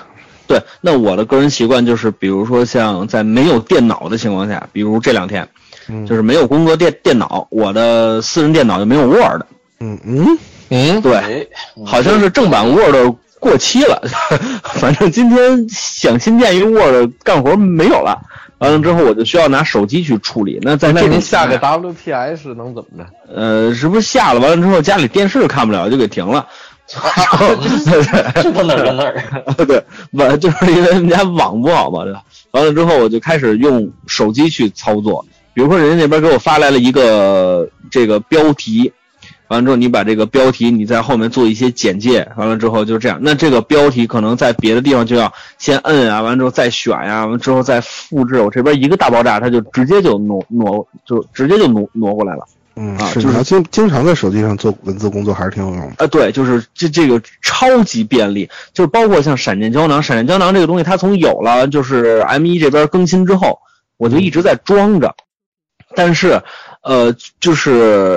对，那我的个人习惯就是，比如说像在没有电脑的情况下，比如这两天， 嗯， 就是没有工作电电脑，我的私人电脑就没有 Word。 嗯嗯嗯， 对，好像是正版 Word 过期了，反正今天想新建一个 Word 干活没有了。完了之后，我就需要拿手机去处理。那在这您下个 W P S 能怎么着？ 呃，是不是下了？完了之后，家里电视看不了，就给停了。 这都哪儿跟哪儿？ 对，完就是因为人家网不好嘛，对吧？完了之后，我就开始用手机去操作。比如说，人家那边给我发来了一个这个标题。完了之后，你把这个标题你在后面做一些简介，完了之后就这样。那这个标题可能在别的地方就要先摁啊，完了之后再选呀、啊，完了之后再复制。我这边一个大爆炸，它就直接就挪挪，就直接就挪挪过来了。 嗯， 啊， 是就是你要经经常在手机上做文字工作，还是挺有用的。 啊，对，就是这这个超级便利，就是包括像闪电胶囊，闪电胶囊这个东西，它从有了就是 M 一 这边更新之后，我就一直在装着，但是呃，就是。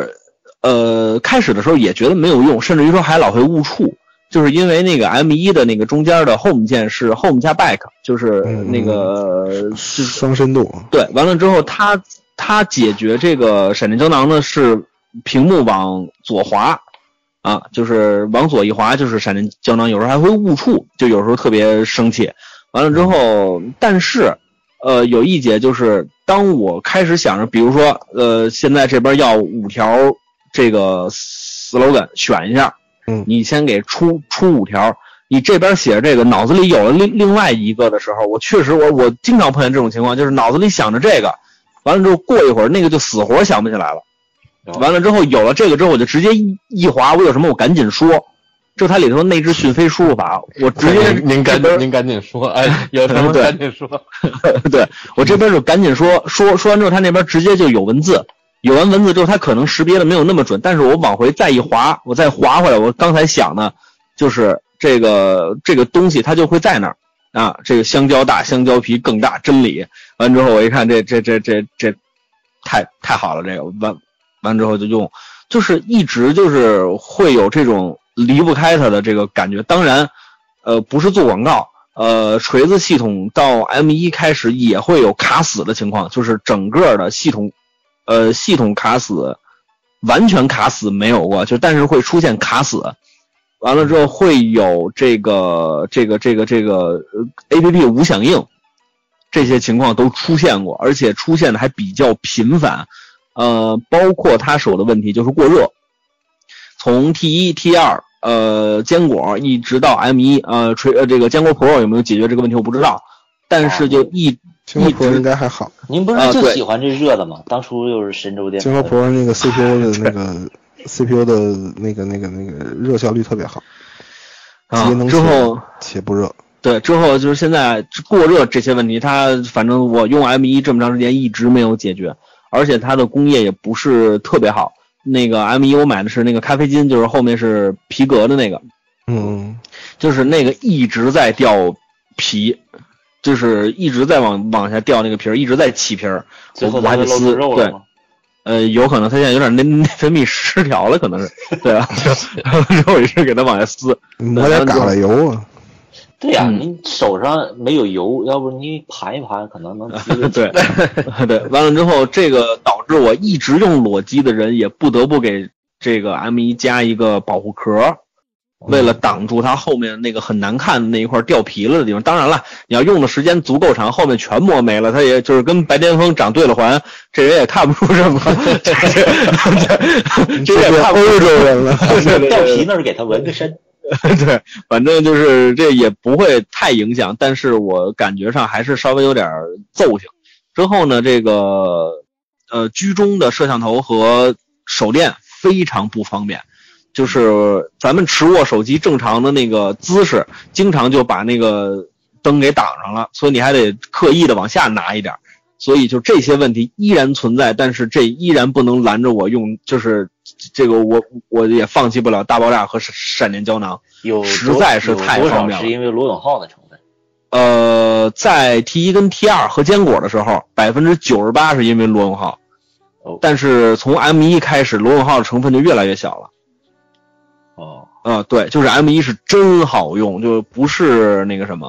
呃，开始的时候也觉得没有用，甚至于说还老会误触，就是因为那个 M 一 的那个中间的 Home 键是 Home 加 Back， 就是那个、嗯、就是双深度。 对，完了之后它它解决这个闪电胶囊呢是屏幕往左滑啊，就是往左一滑就是闪电胶囊，有时候还会误触，就有时候特别生气。完了之后，但是呃有一节就是当我开始想着，比如说呃现在这边要五条。这个 slogan 选一下，嗯，你先给出出五条，你这边写着这个，脑子里有了另另外一个的时候，我确实我我经常碰见这种情况，就是脑子里想着这个，完了之后过一会儿那个就死活想不起来了，完了之后有了这个之后，我就直接一一划，我有什么我赶紧说，这它里头内置讯飞输入法，我直接您赶您赶紧说，哎，有什么赶紧说， 对我这边就赶紧说说说完之后，他那边直接就有文字。有完文字之后，它可能识别的没有那么准，但是我往回再一滑，我再滑回来，我刚才想呢，就是这个这个东西它就会在那儿啊，这个香蕉大，香蕉皮更大，真理。完之后我一看，这这这这这太太好了，这个完完之后就用，就是一直就是会有这种离不开它的这个感觉。当然，呃，不是做广告，呃，锤子系统到 M 一 开始也会有卡死的情况，就是整个的系统。呃，系统卡死，完全卡死没有过，就但是会出现卡死，完了之后会有这个这个这个这个 A P P 无响应，这些情况都出现过，而且出现的还比较频繁。呃，包括它手的问题就是过热，从 T 一 T 二 呃坚果一直到 M 一 呃锤呃这个坚果 Pro 有没有解决这个问题我不知道，但是就一。 坚果 Pro 应该还好。 您不是就喜欢这热的吗？当初又是神州电。 坚果 Pro 那个 C P U 的那个 C P U 的那个那个那个热效率特别好， 啊， 能之后且不热。 对，之后就是现在过热这些问题，它反正我用 M 一 这么长时间一直没有解决，而且它的工业也不是特别好。那个 M 一 我买的是那个咖啡金，就是后面是皮革的那个， 嗯， 就是那个一直在掉皮。就是一直在往往下掉那个皮儿，一直在起皮儿， 最后我还得撕。对，呃，有可能他现在有点内内分泌失调了，可能是，对啊，然后我一直给他往下撕， 抹点橄榄油啊。 对呀、啊，嗯、你手上没有油，要不你盘一盘，可能能对对。完了之后，这个导致我一直用裸机的人也不得不给这个 M 一 加一个保护壳。为了挡住它后面那个很难看的那一块掉皮了的地方，当然了，你要用的时间足够长，后面全磨没了，它也就是跟白癜风长对了环，这人也看不出什么，这这也看不出欧洲人了， 掉皮那是给他纹个身， 对，反正就是这也不会太影响，但是我感觉上还是稍微有点揍性。之后呢，这个呃居中的摄像头和手电非常不方便。就是咱们持握手机正常的那个姿势，经常就把那个灯给挡上了，所以你还得刻意的往下拿一点，所以就这些问题依然存在，但是这依然不能拦着我用，就是这个我我也放弃不了大爆炸和闪电胶囊， 有实在是太方便了。 是因为罗永浩的成分。 呃，在 T 一 跟 T 二 和坚果的时候，百分之九十八是因为罗永浩，但是从 M 一 开始，罗永浩的成分就越来越小了。 哦， 啊、呃，对，就是 M 一 是真好用，就不是那个什么，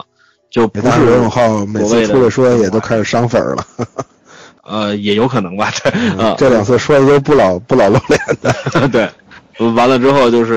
就不是罗永浩每次出来说也都开始伤粉了。 呃，也有可能吧，对， 嗯、这两次说的都不老不老露脸的， 对，完了之后就是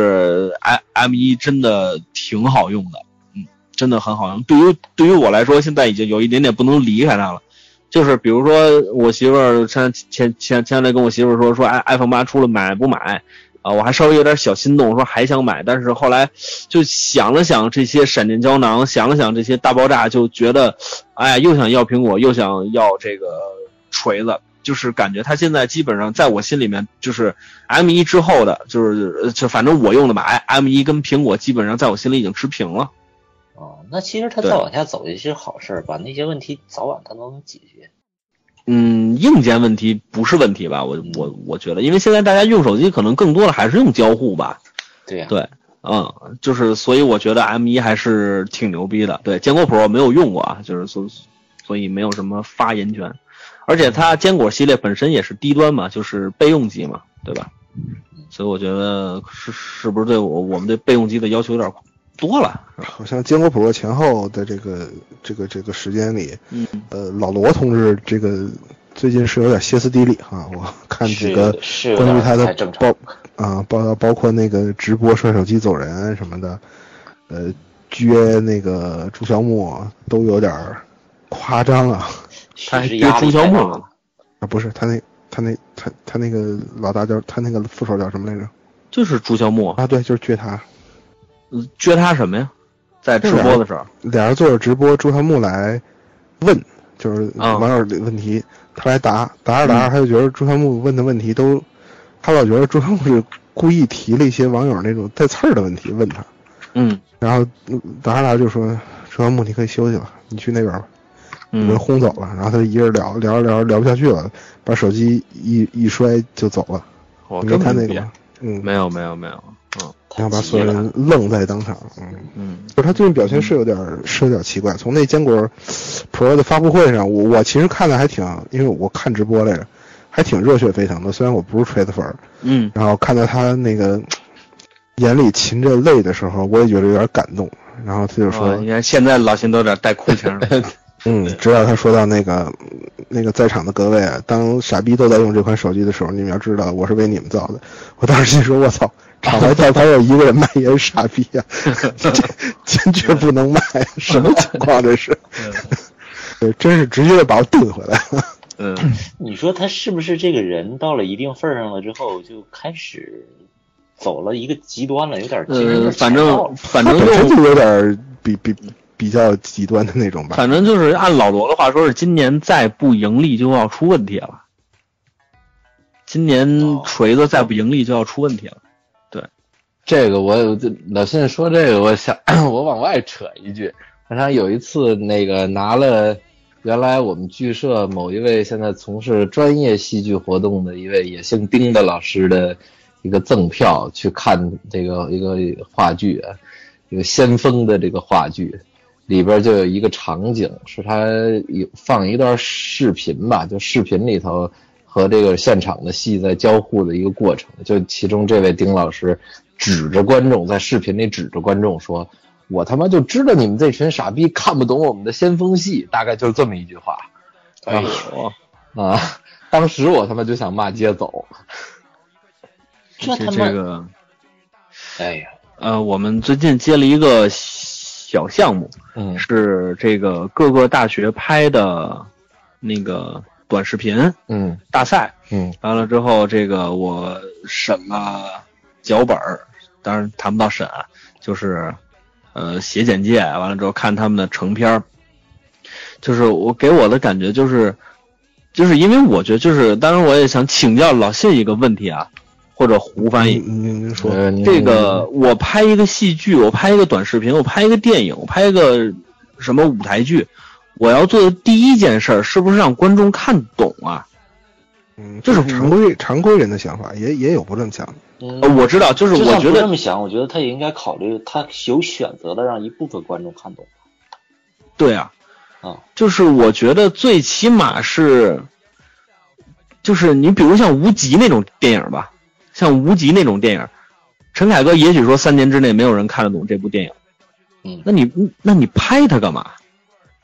M 一真的挺好用的，嗯，真的很好用。对于对于我来说，现在已经有一点点不能离开它了。就是比如说，我媳妇儿前前前前来跟我媳妇儿说说，哎 ，iPhone 八出了买不买？啊，我还稍微有点小心动，说还想买，但是后来就想了想这些闪电胶囊，想了想这些大爆炸，就觉得，哎呀，又想要苹果，又想要这个锤子，就是感觉它现在基本上在我心里面，就是 M 一之后的，就是就反正我用的吧 ，M 一跟苹果基本上在我心里已经持平了。 哦，那其实它再往下走也是好事，把那些问题早晚它都能解决。 嗯，硬件问题不是问题吧？我我我觉得，因为现在大家用手机可能更多的还是用交互吧。 对呀、啊。 对，嗯，就是所以我觉得 M 一还是挺牛逼的。对，坚果 Pro 没有用过啊，就是所所以没有什么发言权。而且它坚果系列本身也是低端嘛，就是备用机嘛，对吧？所以我觉得是是不是对我我们对备用机的要求有点多了？ 好像坚果 Pro 前后的这个这个这个时间里， 嗯， 呃，老罗同志这个最近是有点歇斯底里哈，我看几个关于他的包啊包包括那个直播摔手机走人什么的，呃，撅那个朱孝木都有点夸张啊。 他还撅朱孝木了啊？不是，他那他那他他那个老大叫他那个副手叫什么来着？ 就是朱孝木啊，对，就是撅他。 嗯，撅他什么呀？在直播的时候， 俩人做着直播，朱孝木来问，就是网友的问题，嗯、他来答，答着答着，他就觉得朱孝木问的问题都，他老觉得朱孝木是故意提了一些网友那种带刺儿的问题问他， 嗯， 然后答着答着就说朱孝木你可以休息了，你去那边吧。 嗯， 被轰走了，然后他一人聊聊着聊着聊不下去了，把手机一一摔就走了。 我没看那个吗？嗯， 没有没有没有，嗯， 然后把所有人愣在当场。嗯嗯， 就是他最近表现是有点、嗯、是有点奇怪。从那坚果 Pro 的发布会上，我我其实看的还挺，因为我看直播来着，还挺热血沸腾的。虽然我不是锤子粉， 嗯， 然后看到他那个眼里噙着泪的时候，我也觉得有点感动。然后他就说：“ 你看、哦、现在老秦都有点带哭腔了。” 嗯，直到他说到那个那个在场的各位，当傻逼都在用这款手机的时候，你们要知道我是为你们造的。我当时心说，我操，场外但凡有一个人卖也是傻逼呀、啊，坚决不能卖，什么情况这是？对，真是直接的把我炖回来了。 嗯， 你说他是不是这个人到了一定份上了之后，就开始走了一个极端了，有点呃，反正反正本身就有点比比。比较极端的那种吧， 反正就是按老罗的话说，是今年再不盈利就要出问题了。今年锤子再不盈利就要出问题了。对， 这个我老信说这个，我想我往外扯一句，好像有一次那个拿了原来我们剧社某一位现在从事专业戏剧活动的一位也姓丁的老师的一个赠票去看这个一个话剧啊，一个先锋的这个话剧。里边就有一个场景，是他有放一段视频吧，就视频里头和这个现场的戏在交互的一个过程。就其中这位丁老师指着观众，在视频里指着观众说：“我他妈就知道你们这群傻逼看不懂我们的先锋戏。”大概就是这么一句话。 哎呦啊！当时我他妈就想骂街走。 这他妈这个， 哎呀， 呃，我们最近接了一个小项目， 嗯， 是这个各个大学拍的那个短视频， 嗯， 大赛， 嗯， 完了之后，这个我审了脚本，当然谈不到审，就是呃写简介，完了之后看他们的成片，就是我给我的感觉就是，就是因为我觉得就是，当然我也想请教老谢一个问题啊。或者胡翻译， 您您说这个，我拍一个戏剧，我拍一个短视频，我拍一个电影，我拍一个什么舞台剧，我要做的第一件事是不是让观众看懂啊？ 嗯，这是常规常规人的想法，也也有不这么想的。 嗯， 我知道，就是我觉得这么想，我觉得他也应该考虑，他有选择的让一部分观众看懂。 对啊， 啊， 就是我觉得最起码是，就是你比如像无极那种电影吧。像无极那种电影，陈凯歌也许说三年之内没有人看得懂这部电影， 嗯， 那你那你拍它干嘛？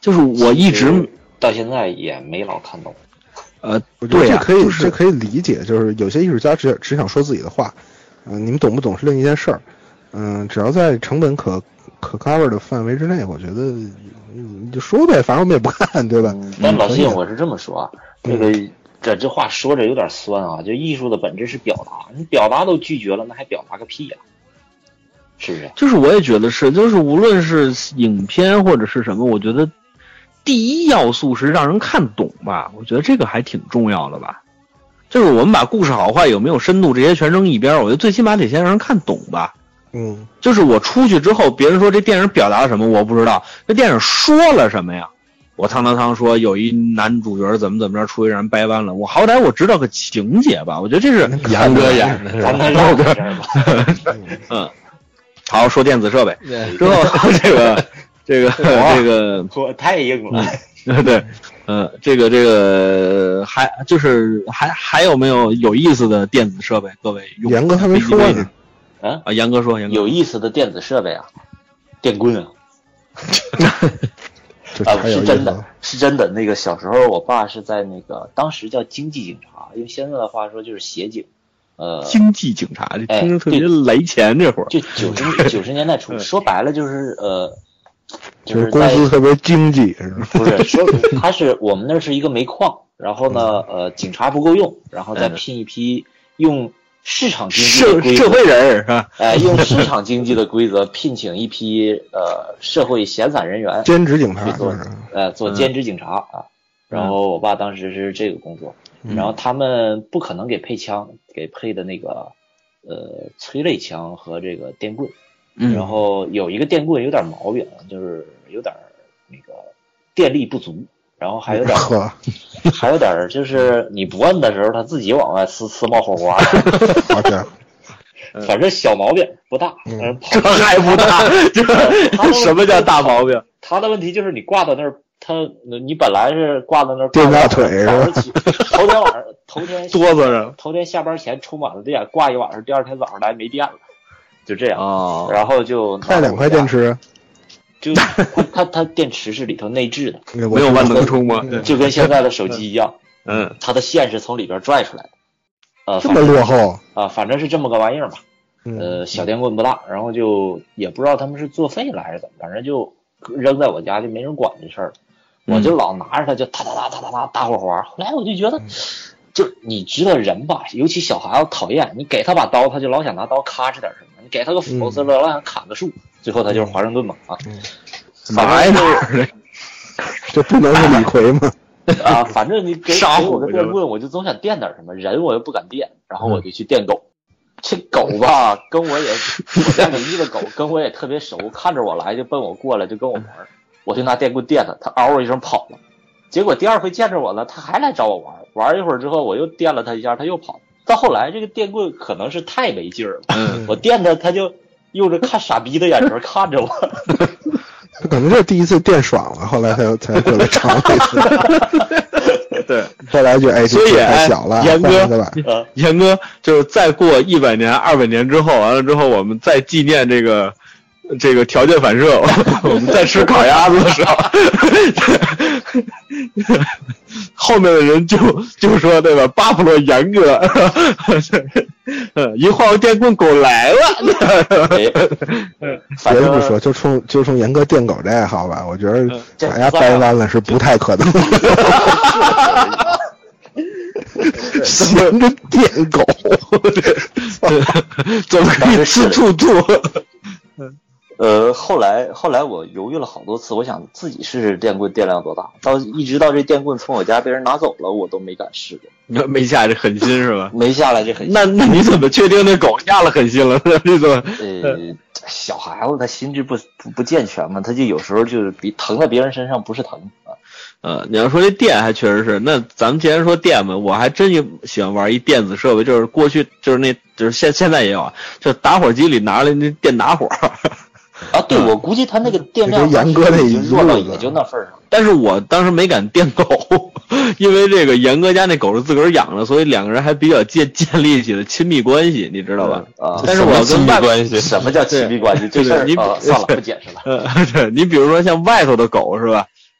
就是我一直到现在也没老看懂。 呃， 我觉得对呀、 这可以、 就是这可以理解，就是有些艺术家只只想说自己的话，嗯、呃，你们懂不懂是另一件事儿，嗯、呃，只要在成本可可 cover 的范围之内，我觉得你就说呗，反正我们也不看，对吧？ 嗯、但老信，我是这么说啊，这个这这话说着有点酸啊，就艺术的本质是表达，你表达都拒绝了，那还表达个屁呀、啊？是不是？ 就是我也觉得是，就是无论是影片或者是什么，我觉得第一要素是让人看懂吧，我觉得这个还挺重要的吧。就是我们把故事好坏有没有深度这些全扔一边，我觉得最起码得先让人看懂吧。 嗯， 就是我出去之后，别人说这电影表达了什么，我不知道，这电影说了什么呀？我堂堂堂说有一男主角怎么怎么着，出去让人掰弯了，我好歹我知道个情节吧。我觉得这是杨哥演的， 咱们绕在这儿吧。 嗯，好，说电子设备之后，这个这个这个我太硬了。 嗯、对，呃，这个这个还就是还还有没有有意思的电子设备？各位用杨哥还没说呢。 啊啊，杨哥说，杨哥有意思的电子设备啊，电棍啊。 啊， 是真的，是真的。那个小时候，我爸是在那个当时叫经济警察，用现在的话说就是协警。呃， 经济警察，这听着特别来钱，这会儿就九十九十年代初，说白了就是呃， 就是公司特别经济，是吧？ 不是说他是我们那是一个煤矿，然后呢，呃，警察不够用，然后再聘一批用。市场经济的规则， 社会人是吧？ 哎，用市场经济的规则聘请一批呃社会闲散人员， 兼职警察做呃做兼职警察、嗯、啊。然后我爸当时是这个工作，嗯、然后他们不可能给配枪，给配的那个呃催泪枪和这个电棍， 嗯、 然后有一个电棍有点毛病，就是有点那个电力不足。然后还有点，还有点就是你不摁的时候，它自己往外呲呲冒火花。 好的， 反正小毛病不大，嗯， 这还不大。这什么叫大毛病？ 他的问题就是你挂到那儿，他你本来是挂到那儿， 电大腿是吧？ 头天晚上，头天哆嗦着， 头天下班前充满了电，挂一晚上，第二天早上来没电了，就这样。 哦， 然后就带两块电池。 就它它它电池是里头内置的， 没有万能充吗？ 就跟现在的手机一样， 嗯， 它的线是从里边拽出来的，呃， 这么落后啊，反正是这么个玩意儿吧， 嗯、 呃，小电棍不大，然后就也不知道他们是作废了还是怎么，反正就扔在我家就没人管这事儿，我就老拿着它就哒哒哒哒哒哒大火花，后来我就觉得，就你知道人吧，尤其小孩子讨厌，你给他把刀，他就老想拿刀咔哧点什么，你给他个斧子，老想砍个树。最后他就是华盛顿嘛啊， 哪一点这不能是李逵吗？ 啊，反正你给给我个电棍，我就总想电点什么，人我又不敢电，然后我就去电狗。这狗吧，跟我也我家邻居的狗跟我也特别熟，看着我来就奔我过来就跟我玩，我就拿电棍电它，它嗷一声跑了。结果第二回见着我了，它还来找我玩，玩一会儿之后我又电了它一下，它又跑。到后来这个电棍可能是太没劲儿了，嗯、我电它它就。用着看傻逼的眼神看着我， 他可能就是第一次电爽了，后来才才过来尝一次。 对， 后来就哎， 所以太小了， 严哥， 严哥就是再过一百年、二百年之后，完了之后，我们再纪念这个这个条件反射，我们再吃烤鸭子的时候，后面的人就就说对吧？巴甫洛严哥，一晃电棍狗来了。 别的不说，就冲就冲严哥电狗这爱好吧，我觉得大家掰弯了是不太可能的。闲着电狗， 怎么可以吃兔兔？ 呃，后来后来我犹豫了好多次，我想自己试试电棍电量多大，到一直到这电棍从我家被人拿走了，我都没敢试过。 你没下这狠心是吧？ 没下来这狠心。 那那你怎么确定那狗下了狠心了？你怎么？ 呃，小孩子他心智不不不健全嘛，他就有时候就是比疼在别人身上不是疼啊。 呃，你要说这电还确实是，那咱们既然说电嘛，我还真喜欢玩一电子设备，就是过去就是那就是现现在也有啊，就打火机里拿来那电打火。 啊，对，我估计他那个电量严哥那已经弱到也就那份儿上。 但是我当时没敢电狗，因为这个严哥家那狗是自个儿养的，所以两个人还比较建建立起了亲密关系，你知道吧？ 啊， 但是我亲密关系， 什么叫亲密关系？这事儿你算了，不解释了。 呃，对，你比如说像外头的狗是吧？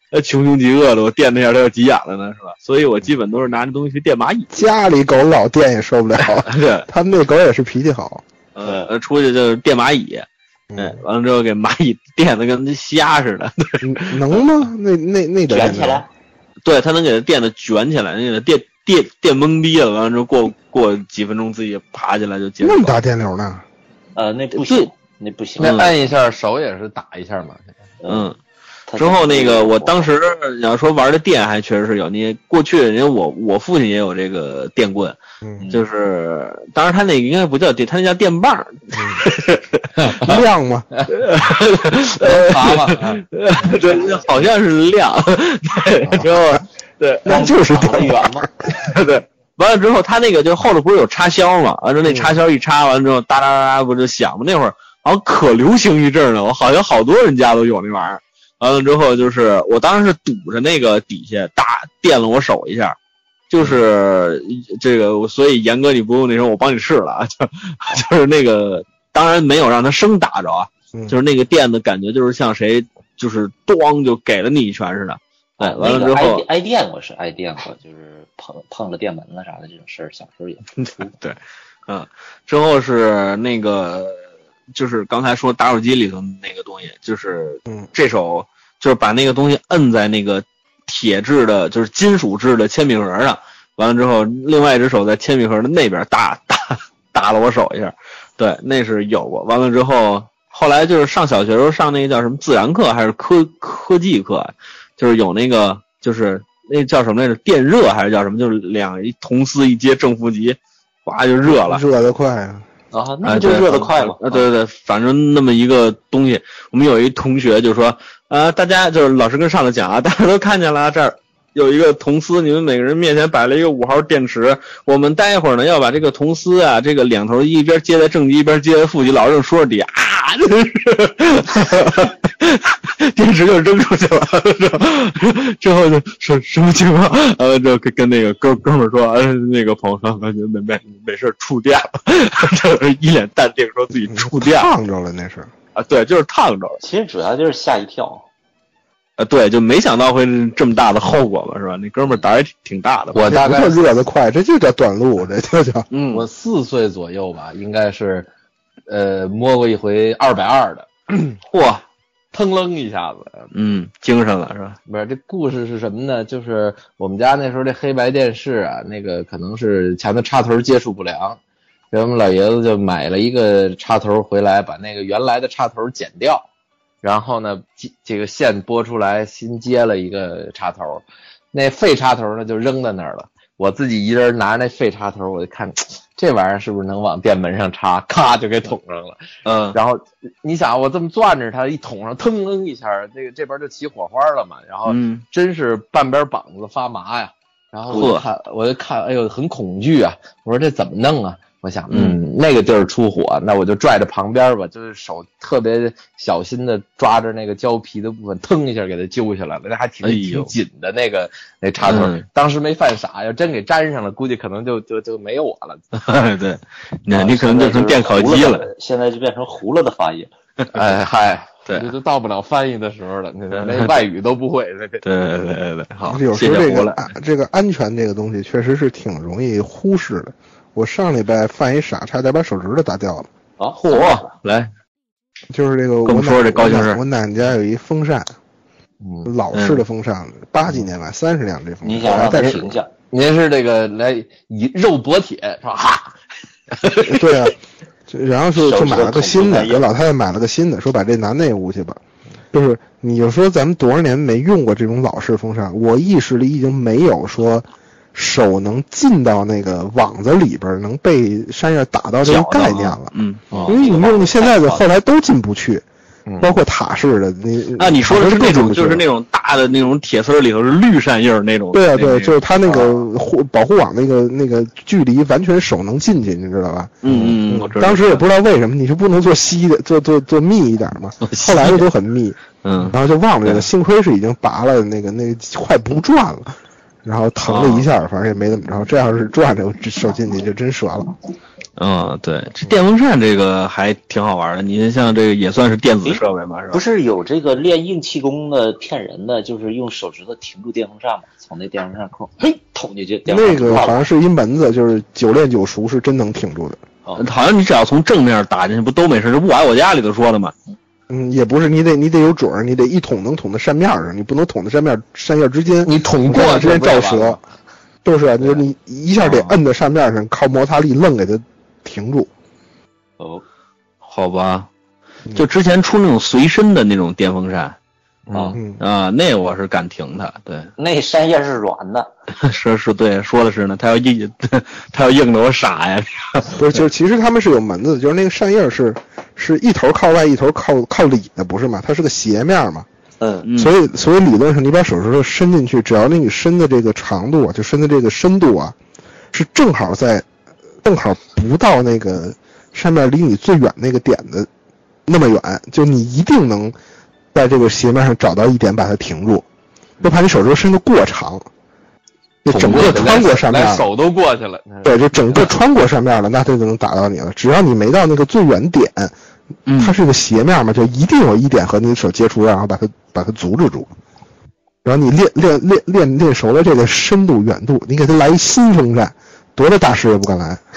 呃穷凶极恶的，我电那下它要急眼了呢，是吧？所以我基本都是拿这东西去电蚂蚁。 家里狗老电也受不了， 对， 他们那狗也是脾气好。 呃，出去就是电蚂蚁，哎，完了之后给蚂蚁电的跟虾似的。 能吗？那那那得卷起来。 对，它能给它电的卷起来，那个电电电懵逼了，完了之后过过几分钟自己爬起来就结束了。 那么大电流呢？ 呃，那不行，那不行。 那按一下手也是打一下嘛。 嗯。之后那个，我当时你要说玩的电还确实是有，你过去人家我我父亲也有这个电棍， 嗯， 就是当然他那个应该不叫电，他那叫电棒， 嗯、亮吗？ 爬吗？ 对，好像是亮。对，之后对， 那就是电远吗？ 对，完了之后他那个就后头不是有插销嘛，完了那插销一插完了之后哒哒哒哒不就响吗？那会儿好像可流行一阵了，我好像好多人家都有那玩意儿。完了之后就是我当时是堵着那个底下打电了我手一下，就是这个，所以严哥你不用那时候我帮你试了啊，就就是那个当然没有让他生打着啊，就是那个电的感觉就是像谁就是咣就给了你一拳似的。哎，完了之后挨电过是挨电过，就是碰碰了电门了啥的这种事儿，小时候也对，嗯，之后是那个。就是刚才说打火机里头那个东西，就是这手就是把那个东西摁在那个铁制的，就是金属制的铅笔盒上，完了之后，另外一只手在铅笔盒的那边打打打了我手一下，对，那是有过。完了之后，后来就是上小学时候上那个叫什么自然课还是科科技课，就是有那个就是那叫什么来着，电热还是叫什么，就是两一铜丝一接正负极，哗就热了， 热得快啊。 啊，那不就热得快吗？ 啊，对对对，反正那么一个东西，我们有一同学就说，呃，大家就是老师跟上头讲啊，大家都看见了，这儿有一个铜丝，你们每个人面前摆了一个五号电池，我们待会儿呢要把这个铜丝啊，这个两头一边接在正极，一边接在负极，老师正说着底啊，真是。电池就扔出去了，之后就说什么情况？呃，就跟跟那个哥哥们说，呃，那个朋友说，没没没没事，触电了，这一脸淡定说自己触电了， 烫着了那是啊，对，就是烫着了。 其实主要就是吓一跳， 啊，对，就没想到会这么大的后果嘛，是吧？那哥们胆儿也挺挺大的。 我大概不热得快，这就叫短路，这就叫。 嗯，我四岁左右吧，应该是，呃，摸过一回二百二的，嚯！腾楞一下子， 嗯，精神了是吧？ 不是，这故事是什么呢？就是我们家那时候这黑白电视啊，那个可能是前头插头接触不良，然后我们老爷子就买了一个插头回来，把那个原来的插头剪掉，然后呢，这个线拨出来，新接了一个插头，那废插头呢就扔在那儿了。我自己一人拿着那废插头，我就看这玩意儿是不是能往电门上插，咔就给捅上了。嗯，然后你想我这么攥着它一捅上，腾楞一下，这个这边就起火花了嘛。然后真是半边膀子发麻呀。然后我就看，我就看，哎呦，很恐惧啊！我说这怎么弄啊？我想，嗯，那个地儿出火，那我就拽着旁边吧，就是手特别小心的抓着那个胶皮的部分，腾一下给它揪下来了，那还挺、哎、挺紧的那个那插头、嗯。当时没犯傻，要真给粘上了，估计可能就就就没有我了。 对，那你可能就成电烤机了， 现在就变成糊了的翻译。 哎嗨， 对， 就到不了翻译的时候了，那连外语都不会。对对对对对，好， 有时候这个这个安全这个东西确实是挺容易忽视的。我上礼拜犯一傻，差点把手指头打掉了。 啊，嚯！来， 就是这个， 跟我说这高兴事。 我奶奶家有一风扇，嗯，老式的风扇，八几年买三十辆这风扇。 你想让它停下？ 您是这个来以肉搏铁是吧？哈， 对啊，然后就就买了个新的，给老太太买了个新的，说把这拿那屋去吧。就是你就说咱们多少年没用过这种老式风扇，我意识里已经没有说。手能进到那个网子里边，能被扇叶打到这个概念了。嗯，因为你用现在的后来都进不去，嗯、包括塔式的。你啊，你说的是那种，就是那种大的那种铁丝里头是绿扇叶那种。 对啊，对，就是它那个护保护网那个那个距离完全手能进去，你知道吧？ 嗯嗯，我知道。 当时也不知道为什么，你是不能做稀的，做做做密一点嘛。后来的都很密，嗯，然后就忘了这个，幸亏是已经拔了，那个那个快不转了。然后疼了一下，反正也没怎么着。这要是转着手进去就真折了。 嗯，对，这电风扇这个还挺好玩的。您像这个也算是电子设备嘛，是吧？ 不是有这个练硬气功的骗人的，就是用手指头停住电风扇嘛，从那电风扇口嘿捅进去，电风那扇个好像是一门子，就是久练久熟，是真能挺住的。 哦，好像你只要从正面打进去，不都没事？这不爱我家里头说的吗？ 嗯，也不是，你得你得有准儿，你得一捅能捅到扇面上，你不能捅到扇面扇叶之间， 你捅过之间照折，都是，就是你一下得摁在扇面上，靠摩擦力愣给它停住。 哦， 好吧，就之前出那种随身的那种电风扇， 啊嗯啊，那我是敢停它，对， 那扇叶是软的， 是是，对，说的是呢，他要硬，他要硬的我傻呀， 不是，就是其实他们是有门子的，就是那个扇叶是是一头靠外，一头靠靠里的，不是吗？它是个斜面嘛， 嗯， 嗯所以所以理论上你把手指头伸进去，只要那你伸的这个长度啊，就伸的这个深度啊，是正好在正好不到那个扇面离你最远那个点的那么远，就你一定能在这个斜面上找到一点把它停住，就怕你手指头伸得过长，就整个穿过扇面了， 手都过去了。 对，就整个穿过扇面了，那它就能打到你了。只要你没到那个最远点， 嗯它是个斜面嘛，就一定有一点和你的手接触，然后把它把它阻止住。然后你练练练练练熟了这个深度远度，你给它来一新风扇，多大大师也不敢来。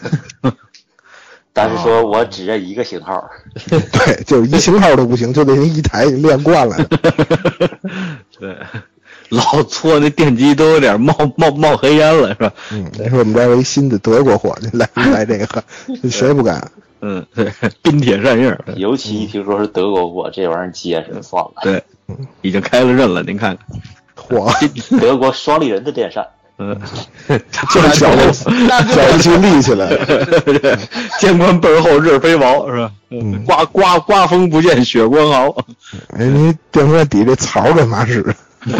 但是说我只认一个型号， 对，就是一型号都不行，就得一台练惯了。 对，老搓那电机都有点冒冒冒黑烟了，是吧？ 嗯，你说我们这儿有一新的德国货，来来这个，谁不敢？ 嗯，对，冰铁扇叶， 尤其一听说是德国货，这玩意儿结实，算了。 对，已经开了刃了，您看看， 嚯， 德国双立人的电扇， 嗯， 就是脚脚一去立起来， 天官倍儿厚，日儿飞薄，是吧？ 嗯刮刮刮风不见血光毫。 哎，你电风扇底这槽干嘛使？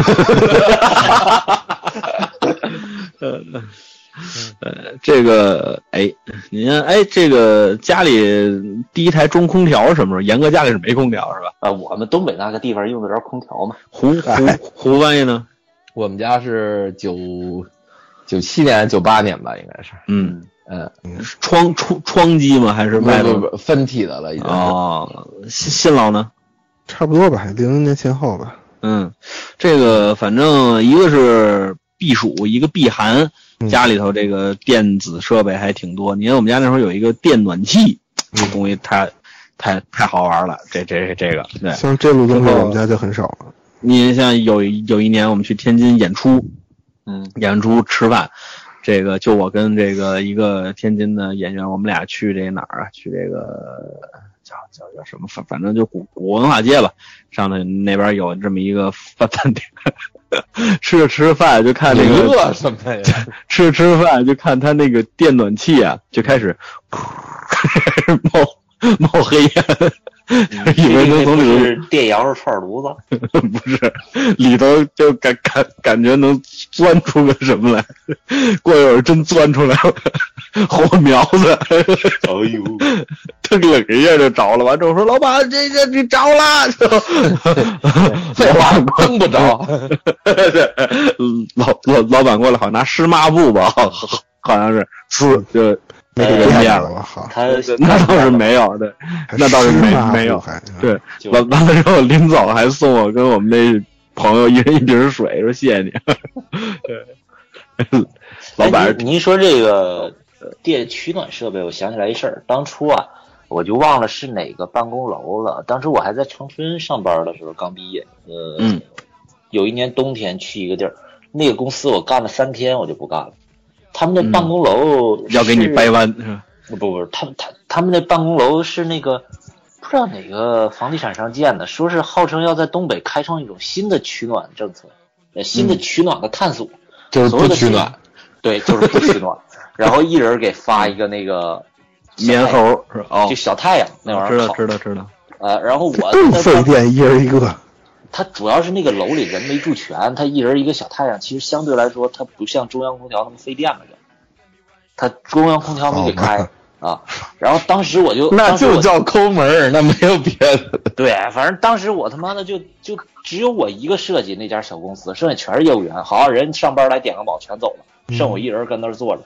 呃呃，这个哎，您看哎，这个家里第一台中空调什么时候？严哥家里是没空调是吧？ 啊，我们东北那个地方用得着空调吗？ 胡胡胡翻译呢？ 我们家是九九七年、九八年吧，应该是。 嗯嗯， 窗窗窗机吗？还是外头不不不分体的了已经。 哦，新新老呢？ 差不多吧，零零年前后吧。 嗯，这个反正一个是避暑，一个避寒，家里头这个电子设备还挺多。你看我们家那时候有一个电暖气，这东西太太太好玩了。这这这个对， 像这路东西我们家就很少了。 你像有有一年我们去天津演出， 嗯， 演出吃饭，这个就我跟这个一个天津的演员，我们俩去这哪儿啊？去这个叫叫叫什么？反反正就古古文化街吧，上头那边有这么一个饭饭店，吃着吃着饭就看那个饿什么呀？ 吃着吃着饭就看他那个电暖气啊，就开始冒冒黑烟。以为能从里头是电羊肉串炉子， 不是，里头就感感感觉能钻出个什么来，过一会儿真钻出来了，火苗子， 哎呦， 腾了一下就着了。完之后说：“老板，这这这着了。” 废话，碰不着。 老老老板过来，好像拿湿抹布吧，好好像是呲就。那个人变了， 好， 他那倒是没有，对，那倒是没没有，对，完完了之后临走还送我跟我们那朋友一人一瓶水，说谢谢你。对，老板， 您说这个电取暖设备，我想起来一事儿，当初啊，我就忘了是哪个办公楼了。当时我还在长春上班的时候，刚毕业，呃， 嗯， 有一年冬天去一个地儿，那个公司我干了三天，我就不干了。他们那办公楼、 嗯、要给你掰弯是吧？ 不不不，他们他他们那办公楼是那个不知道哪个房地产商建的，说是号称要在东北开创一种新的取暖政策，呃，新的取暖的探索，嗯、 就是不取暖， 对，就是不取暖。然后一人给发一个那个棉猴是哦， 就小太阳那玩意儿， 知道知道知道。 呃，然后我更费电，一人一个。 它主要是那个楼里人没住全，它一人一个小太阳，其实相对来说，它不像中央空调那么费电了，就它中央空调没给开啊。然后当时我就那就叫抠门，那没有别的。 对，反正当时我他妈的就就只有我一个设计那家小公司，剩下全是业务员。好，人上班来点个卯全走了，剩我一人跟那儿坐着。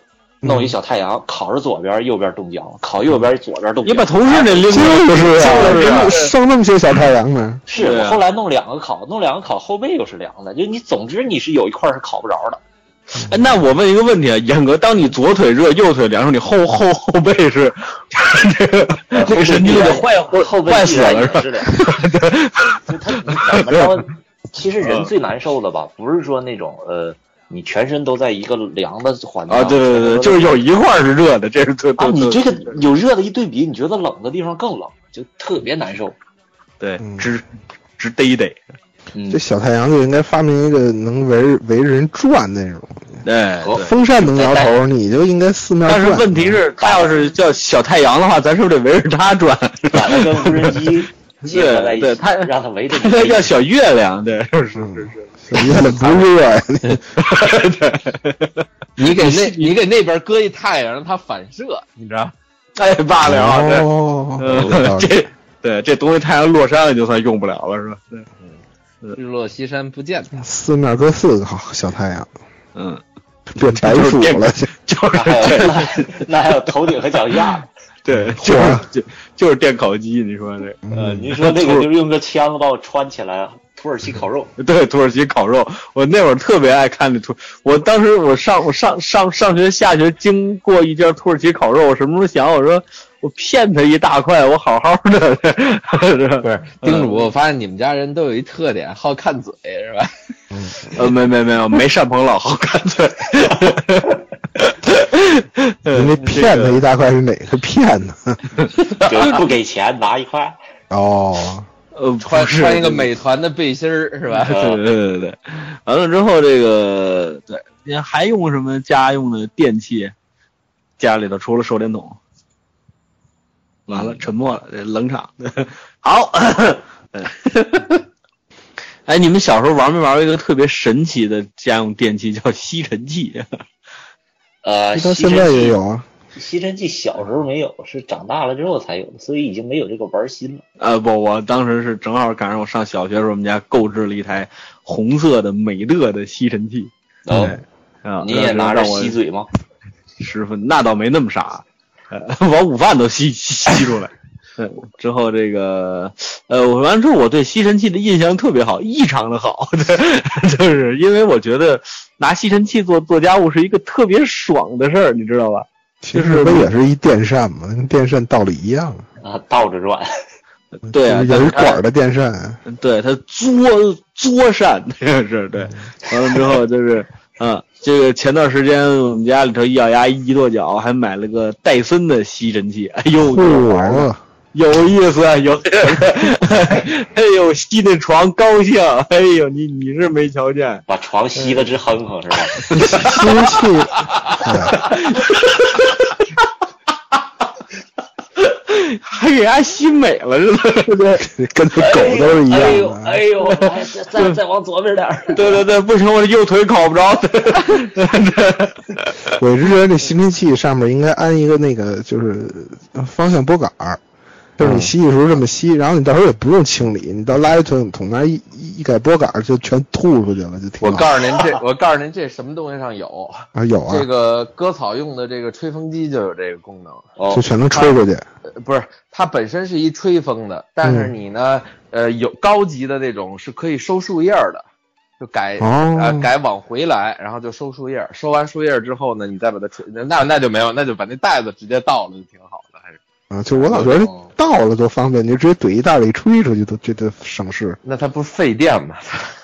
弄一小太阳，烤着左边，右边冻僵，烤右边，左边冻僵。 你把同事那拎就是啊，就是生那么些小太阳呢。 是，我后来弄两个烤，弄两个烤，后背又是凉的，就你总之你是有一块是烤不着的。 哎，那我问一个问题啊，严哥，当你左腿热，右腿凉时候，你后后后背是这个这个神经就坏后背坏死了是吧？ 是的，就他你怎么着？其实人最难受的吧，不是说那种呃。你全身都在一个凉的环境啊，对对对，就是有一块是热的，这是特啊，你这个有热的一对比，你觉得冷的地方更冷，就特别难受。 对，直直嘚嘚。 嗯，这小太阳就应该发明一个能围围着人转那种。 对， 风扇能摇头，你就应该四面转。 但是问题是，他要是叫小太阳的话，咱是不是得围着他转？ 把它跟无人机结合在一起， 对，他让它围着你。 他叫小月亮，对，是是是。 月亮不热呀！ 你给那，你给那边搁一太阳，让它反射，你知道？ 哎，罢了， 哦， 呃、这对这东西太阳落山了，就算用不了了，是吧？对， 嗯，日落西山不见它， 四面搁四个好小太阳， 嗯， 变白鼠了， 就是那那还有头顶和脚下。 对，就是就就是电烤鸡，你说这， 呃，您说那个就是用个签子把我穿起来。土耳其烤肉， 对，土耳其烤肉，我那会儿特别爱看那土。我当时我上我上上上学下学经过一家土耳其烤肉，我什么时候想我说我骗他一大块，我好好的。 不是丁主，我发现你们家人都有一特点，好看嘴是吧？ 嗯，呃，没没没有，没单鹏老好看嘴。 你那骗他一大块是哪个骗呢？ 就是不给钱拿一块。 哦。 呃， 穿穿一个美团的背心儿是吧？ 对对对对，完了之后这个对，你还用什么家用的电器？家里头除了手电筒，完了沉默了，这冷场。好，哎，你们小时候玩没玩过一个特别神奇的家用电器，叫吸尘器？ 呃， 到现在也有啊。 吸尘器小时候没有，是长大了之后才有的，所以已经没有这个玩心了。 呃，不，我当时是正好赶上我上小学的时候，我们家购置了一台红色的美乐的吸尘器。 哦， 啊， 你也拿着吸嘴吗？ 十分，那倒没那么傻，呃，往午饭都吸吸吸出来。嗯，之后这个，呃，我完了之后，我对吸尘器的印象特别好，异常的好，就是因为我觉得拿吸尘器做做家务是一个特别爽的事儿，你知道吧？ 其实不也是一电扇吗？跟电扇道理一样啊，倒着转。 对啊， 有一管的电扇。 对，它作作扇，是对。完了之后就是，啊，这个前段时间我们家里头一咬牙一跺脚，还买了个戴森的吸尘器。哎呦， 嚯， 有意思，有，哎呦，吸那床高兴，哎呦，你你是没瞧见， 把床吸得直哼哼是吧？ 吸尘器。 还给人家吸美了似的，对不对？ 跟那狗都是一样的。 哎呦，哎呦，哎再再往左边点儿。 对对对，不行，我这右腿烤不着。 我一直觉得这吸尘器上面应该安一个那个就是方向拨杆儿，就是你吸的时候这么吸，然后你到时候也不用清理，你到垃圾桶桶那一一一改拨杆就全吐出去了，就挺好。 我告诉您这，我告诉您这什么东西上有啊？有啊， 这个割草用的这个吹风机就有这个功能， 哦，就全能吹过去。 不是，它本身是一吹风的，但是你呢，嗯、呃，有高级的那种是可以收树叶的，就改哦呃改往回来，然后就收树叶，收完树叶之后呢，你再把它吹，那那就没有，那就把那袋子直接倒了就挺好的，还是。 啊，就我老觉得倒了多方便，你就直接怼一袋里吹出去都觉得省事。 那它不是费电吗？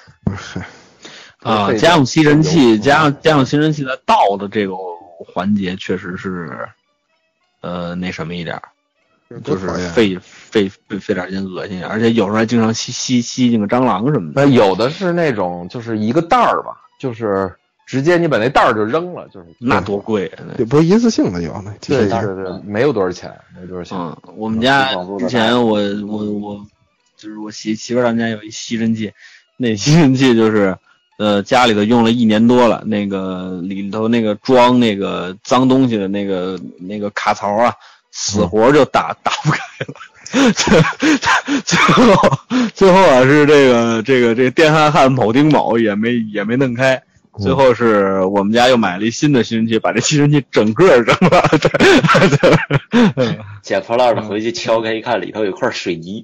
啊，家用吸尘器，加上家用吸尘器的倒的这个环节确实是，呃，那什么一点，就是费费费费点劲，恶心，而且有时候还经常吸吸吸进个蟑螂什么的。 那有的是那种就是一个袋儿吧，就是直接你把那袋儿就扔了，就是那多贵啊！ 也不是一次性的有那， 对对对，没有多少钱，没多少钱。 嗯，我们家之前我我我就是我媳媳妇儿他们家有一吸尘器，那吸尘器就是呃家里头用了一年多了，那个里头那个装那个脏东西的那个那个卡槽啊，死活就打、嗯、打不开了。最后最后啊是这个这个这个电焊焊铆钉铆也没也没弄开， 最后是我们家又买了一新的吸尘器，把这吸尘器整个扔了。 捡破烂的回去敲开一看，里头有块水泥，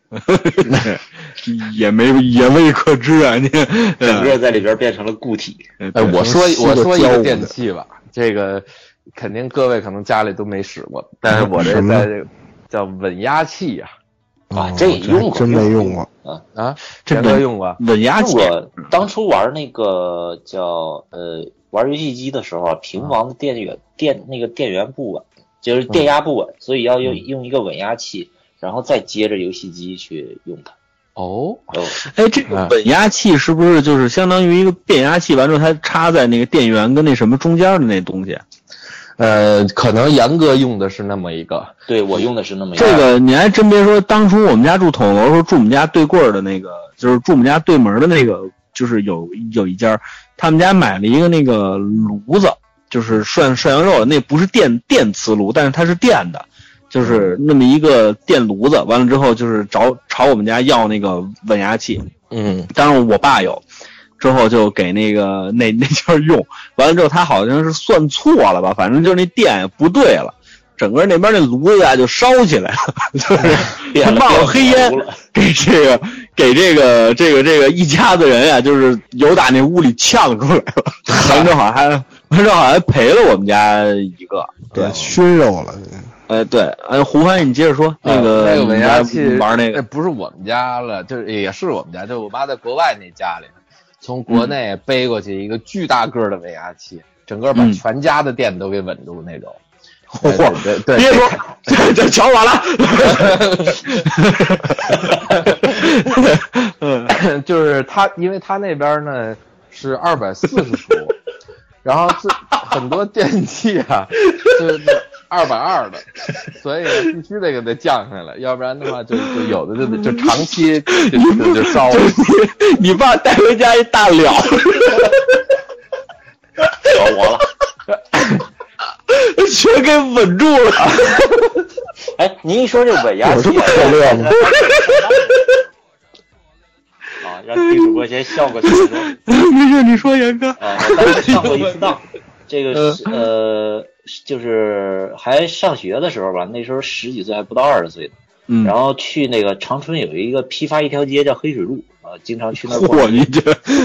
也没也未可知啊！你整个在里边变成了固体。 哎，我说我说一个电器吧，这个肯定各位可能家里都没使过，但是我这在这个叫稳压器呀。 啊，这也用过， 真没用过啊啊！这个用过稳压器。 我当初玩那个叫呃玩游戏机的时候啊，平房的电源电那个电源不稳，就是电压不稳，所以要用用一个稳压器，然后再接着游戏机去用它。 哦哦， 哎，这个稳压器是不是就是相当于一个变压器？完之后它插在那个电源跟那什么中间的那东西？ 呃，可能严格用的是那么一个， 对我用的是那么一个。 这个你还真别说，当初我们家住筒楼的时候，住我们家对柜的那个，就是住我们家对门的那个，就是有有一家，他们家买了一个那个炉子，就是涮涮羊肉的，那不是电电磁炉，但是它是电的，就是那么一个电炉子。完了之后就是找朝我们家要那个稳压器， 嗯， 当然我爸有。之后就给那个那那家用，完了之后他好像是算错了吧，反正就是那电不对了，整个那边那炉子啊就烧起来了，就是冒了黑烟，给这个给这个这个这个一家子人啊，就是由打那屋里呛出来了，完之后还完之后还赔了我们家一个， 对，熏肉了。 呃，对，呃，胡帆，你接着说，那个、 呃、那个稳压器玩那个， 那不是我们家了，就是也是我们家，就是我妈在国外那家里。从国内背过去一个巨大个的稳压器，整个把全家的电都给稳住那种。 嚯、 嗯，对对， 别说，这这瞧完了。 嗯，就是他，因为他那边呢是二百四十伏，然后这很多电器啊是二百二的，所以必须得给它降下来，要不然的话就就有的就就长期就就就烧了。 你爸带回家一大了， 着火了， 全给稳住了。 哎，您一说这稳压器，啊，让听主播先笑过去。 没事，你说严哥。 啊，我当时上过一次当，这个是呃，就是还上学的时候吧，那时候十几岁还不到二十岁呢。 嗯， 然后去那个长春有一个批发一条街叫黑水路啊，经常去那儿逛。嚯，你这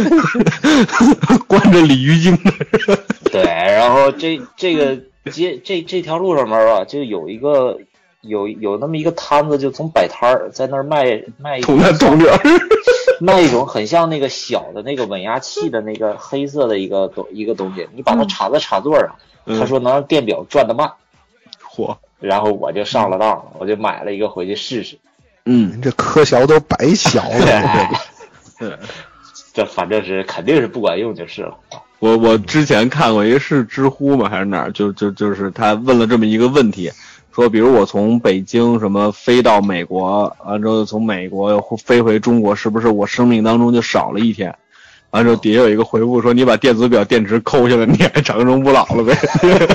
关着鲤鱼精的。 对，然后这这个街这这条路上面啊，就有一个有有那么一个摊子，就总摆摊儿在那儿卖卖捅那捅点卖一种很像那个小的那个稳压器的那个黑色的一个东一个东西，你把它插在插座上， 嗯、 他说能让电表转得慢。 嚯！ 然后我就上了当了，我就买了一个回去试试。 嗯， 这科学都白学了。 对， 这反正是肯定是不管用就是了。 我我之前看过一个是知乎嘛还是哪儿，就就就是他问了这么一个问题，说比如我从北京什么飞到美国，完之后从美国又飞回中国，是不是我生命当中就少了一天？完之后底下有一个回复说，你把电子表电池抠下来，你还长生不老了呗？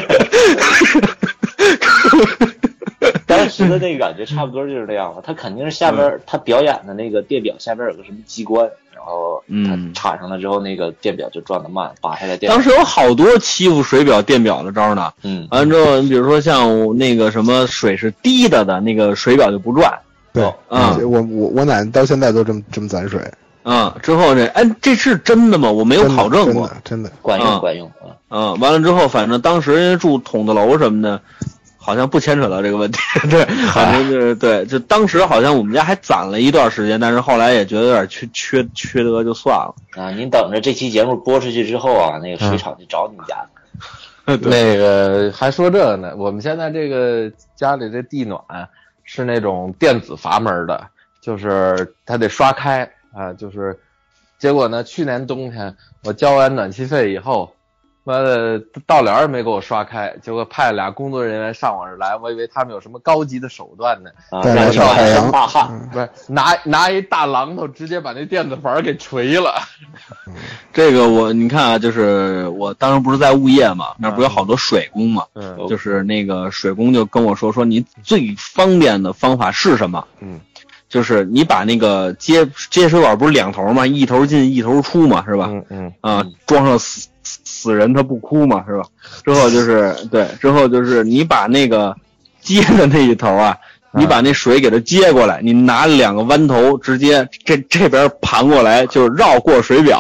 当时的那个感觉差不多就是这样了，他肯定是下边、嗯、他表演的那个电表下边有个什么机关，然后他插上了之后，那个电表就转得慢，拔下来电表。 当时有好多欺负水表电表的招呢， 嗯， 完之后你比如说像那个什么水是滴的的那个水表就不转。 对， 嗯， 我我我奶奶到现在都这么这么攒水。 嗯，之后这哎这是真的吗？我没有考证过， 真的真的管用管用啊。嗯，完了之后，反正当时因为住筒子楼什么的。好像不牵扯到这个问题，对，反正就是对，就当时好像我们家还攒了一段时间，但是后来也觉得有点缺缺缺德，就算了啊。您等着这期节目播出去之后啊，那个水厂就找你们家。 嗯、那个还说这个呢，我们现在这个家里这地暖是那种电子阀门的，就是它得刷开啊，就是结果呢，去年冬天我交完暖气费以后。妈的，到帘儿没给我刷开，结果派了俩工作人员上我这儿来，我以为他们有什么高级的手段呢。 啊，燃烧一身大汗， 不是拿拿一大榔头直接把那电子阀给锤了。 这个我你看啊，就是我当时不是在物业嘛，那不是有好多水工嘛， 嗯， 就是那个水工就跟我说说你最方便的方法是什么？ 嗯， 就是你把那个接接水管不是两头嘛，一头进一头出嘛，是吧？ 嗯嗯啊，装上死死人他不哭嘛，是吧？之后就是对，之后就是你把那个接的那一头啊。你把那水给它接过来，你拿两个弯头直接这这边盘过来，就绕过水表，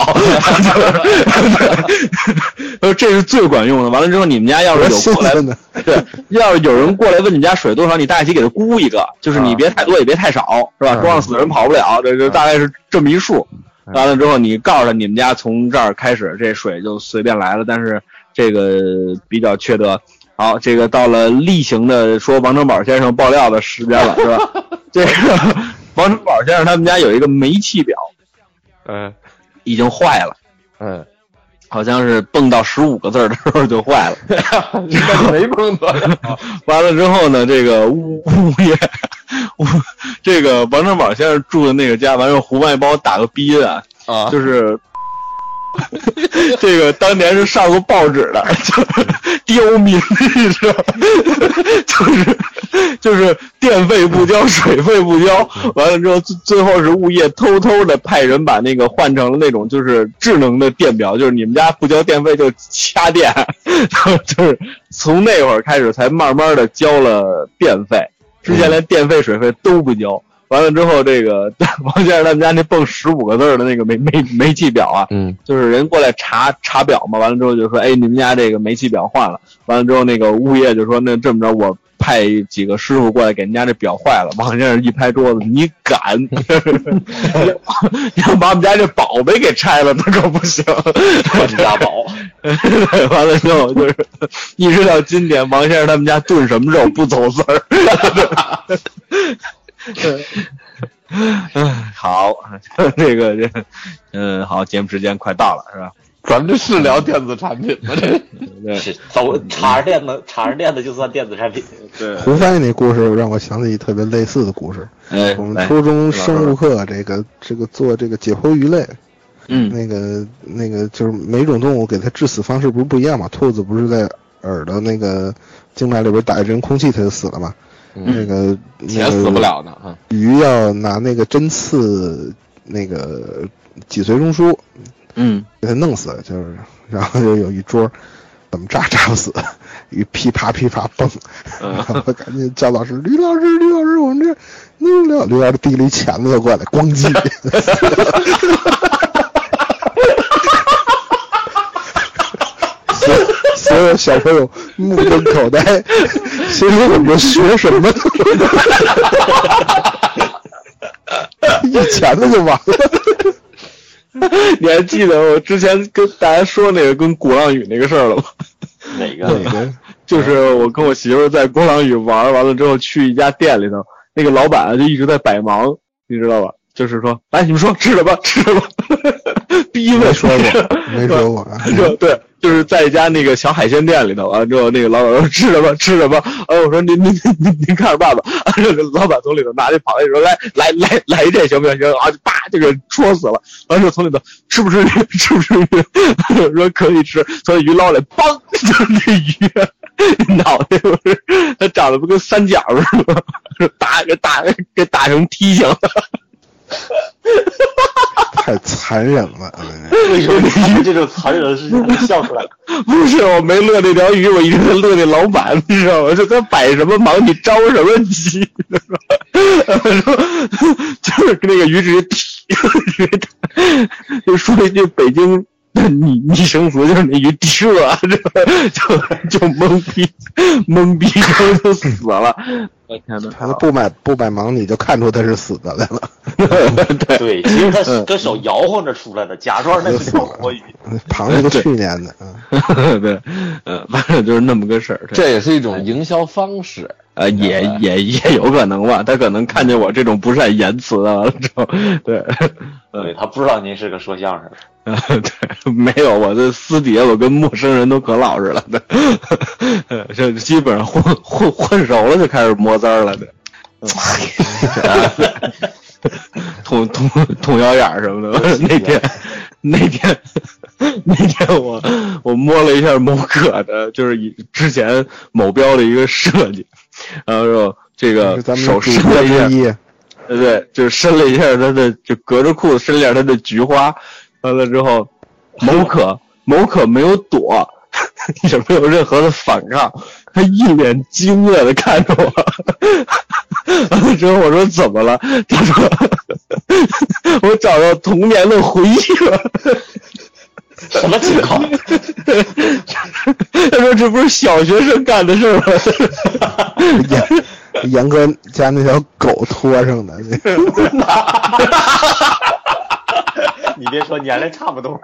这是最管用的。完了之后，你们家要是有过来，对，要是有人过来问你家水多少，你大概给他估一个，就是你别太多也别太少，是吧？装上死人跑不了，这就大概是这么一数。完了之后，你告诉他你们家从这儿开始，这水就随便来了，但是这个比较缺德。好，这个到了例行的说王成宝先生爆料的时间了，是吧？这个王成宝先生他们家有一个煤气表， 嗯， 已经坏了， 嗯， 好像是蹦到十五个字的时候就坏了， 没蹦多少。 完了之后呢，这个物物业，这个王成宝先生住的那个家，完了胡万帮我打个逼音啊，啊，就是。这个当年是上过报纸的，就是刁民，是吧？就是就是电费不交，水费不交，完了之后最后是物业偷偷的派人把那个换成了那种就是智能的电表，就是你们家不交电费就掐电，就是从那会儿开始才慢慢的交了电费，之前连电费水费都不交。完了之后，这个王先生他们家那蹦十五个字的那个煤煤煤气表啊，嗯，就是人过来查查表嘛，完了之后就说，哎，你们家这个煤气表换了。完了之后，那个物业就说，那这么着，我派几个师傅过来给人家这表坏了。王先生一拍桌子，你敢？要把我们家这宝贝给拆了，那可不行。 万家宝。 完了之后就是一直到今天，王先生他们家炖什么肉不走字儿。嗯，好，这个这，嗯，好，节目时间快到了，是吧？ 咱们这是聊电子产品吗？这是走插着电的，插着电的就算电子产品。 对， 胡翻译那故事让我想起一特别类似的故事。 哎， 我们初中生物课这个这个做这个解剖鱼类，嗯，那个那个就是每种动物给它致死方式不是不一样嘛？兔子不是在耳的那个静脉里边打一针空气它就死了嘛？那个也死不了呢啊！ 鱼要拿那个针刺那个脊髓中枢，嗯，给它弄死，就是，然后就有一桌，怎么炸炸不死，鱼噼啪噼啪蹦，然后赶紧叫老师，吕老师，吕老师，我们这弄了，吕老师递了一钳子过来，咣叽。所有小朋友目瞪口呆，心里我们学什么？一钳子就完了。 你还记得我之前跟大家说那个跟鼓浪屿那个事儿了吗？ 哪个？ 哪个？ 就是我跟我媳妇在鼓浪屿玩完了之后，去一家店里头，那个老板就一直在摆忙，你知道吧？就是说，来你们说吃了吧，吃了吧。逼问说过，没说过啊。 对，就是在一家那个小海鲜店里头，完了之后那个老板说吃了吧，吃了吧。呃，我说您您您您看着办吧。老板从里头拿那螃蟹说来来来来这行不行？行啊，就叭就给戳死了。完了之后从里头吃不吃鱼？吃不吃鱼？说可以吃。从鱼捞来，梆，就是那鱼脑袋不是，它长得不跟三角似的吗？打给打给打成梯形了。 太残忍了！ 为什么你这种残忍的事情能笑出来？ 不是，我没乐那条鱼，我一直在乐那老板，你知道吗？就他摆什么忙，你着什么急，你知道吗？就是那个鱼直接踢，就说一句北京拟拟声词，就是那鱼踢了，就就懵逼，懵逼之后就死了。我天哪！ 他不买不买盲，你就看出他是死的来了。 对对，其实他跟手摇晃着出来的，假装那是条活鱼。 螃蟹都去年的， 嗯，对，嗯，反正就是那么个事儿。 这也是一种营销方式， 呃，也也也有可能吧。他可能看见我这种不善言辞的了之后，对， 对他不知道您是个说相声的。 呃，对，没有，我这私底下我跟陌生人都可老实了的，这基本上混混混熟了就开始摸字儿了的，捅捅捅小眼什么的。那天那天那天我我摸了一下某可的，就是以之前某标的一个设计，然后说这个手试了一下。 对对，就伸了一下他的，就隔着裤子伸了一下他的菊花，完了之后，某可某可没有躲，也没有任何的反抗，他一脸惊愕的看着我。完了之后我说怎么了？他说我找到童年的回忆了。 什么情况？ 他说这不是小学生干的事吗？ 严严哥家那条狗拖上的。 你别说，年龄差不多。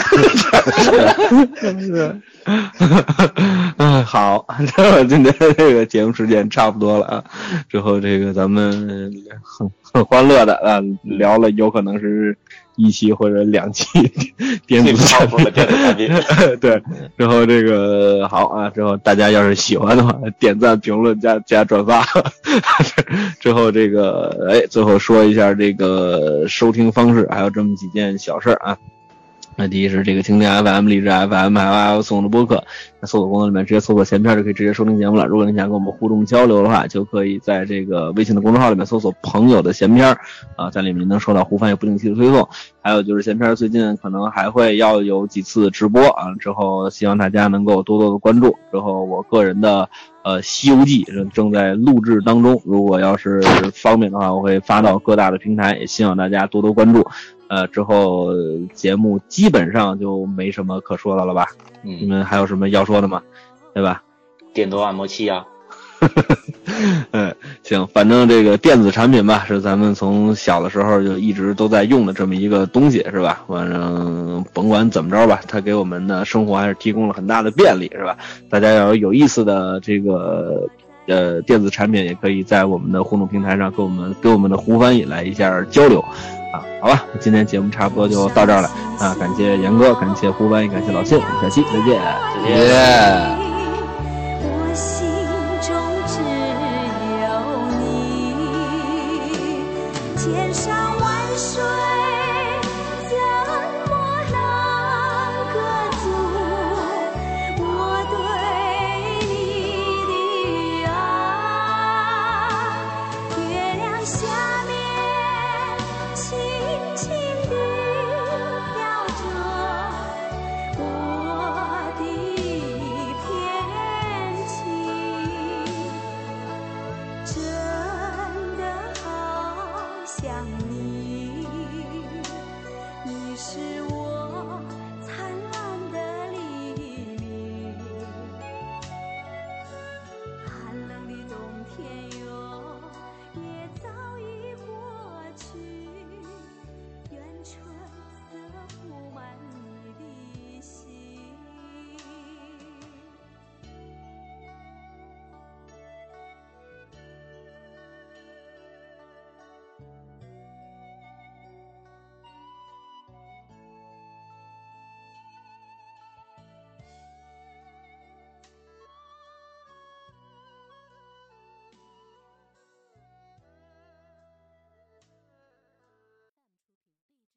嗯，好，这今天这个节目时间差不多了啊。之后这个咱们很很欢乐的啊，聊了有可能是一期或者两期电子产品，对。之后这个好啊，之后大家要是喜欢的话，点赞、评论、加加转发。之后这个哎，最后说一下这个收听方式，还有这么几件小事啊。那第一是这个蜻蜓 F M、荔枝 F M 还有 iOS 的播客，在搜索功能里面直接搜索闲篇就可以直接收听节目了。如果你想跟我们互动交流的话，就可以在这个微信的公众号里面搜索朋友的闲篇啊，在里面能收到胡帆也不定期的推送。还有就是闲篇最近可能还会要有几次直播啊，之后希望大家能够多多的关注。之后我个人的呃西游记正在录制当中，如果要是方便的话，我会发到各大的平台，也希望大家多多关注。呃，之后节目基本上就没什么可说的了吧？嗯，你们还有什么要说的吗？对吧？ 电动按摩器啊。 嗯，行，反正这个电子产品吧，是咱们从小的时候就一直都在用的这么一个东西，是吧？反正甭管怎么着吧，它给我们的生活还是提供了很大的便利，是吧？大家要有有意思的这个呃电子产品，也可以在我们的互动平台上跟我们跟我们的胡翻译来一下交流。啊，好吧，今天节目差不多就到这儿了啊！感谢严哥，感谢胡翻译，感谢老谢，我们下期再见， 再见。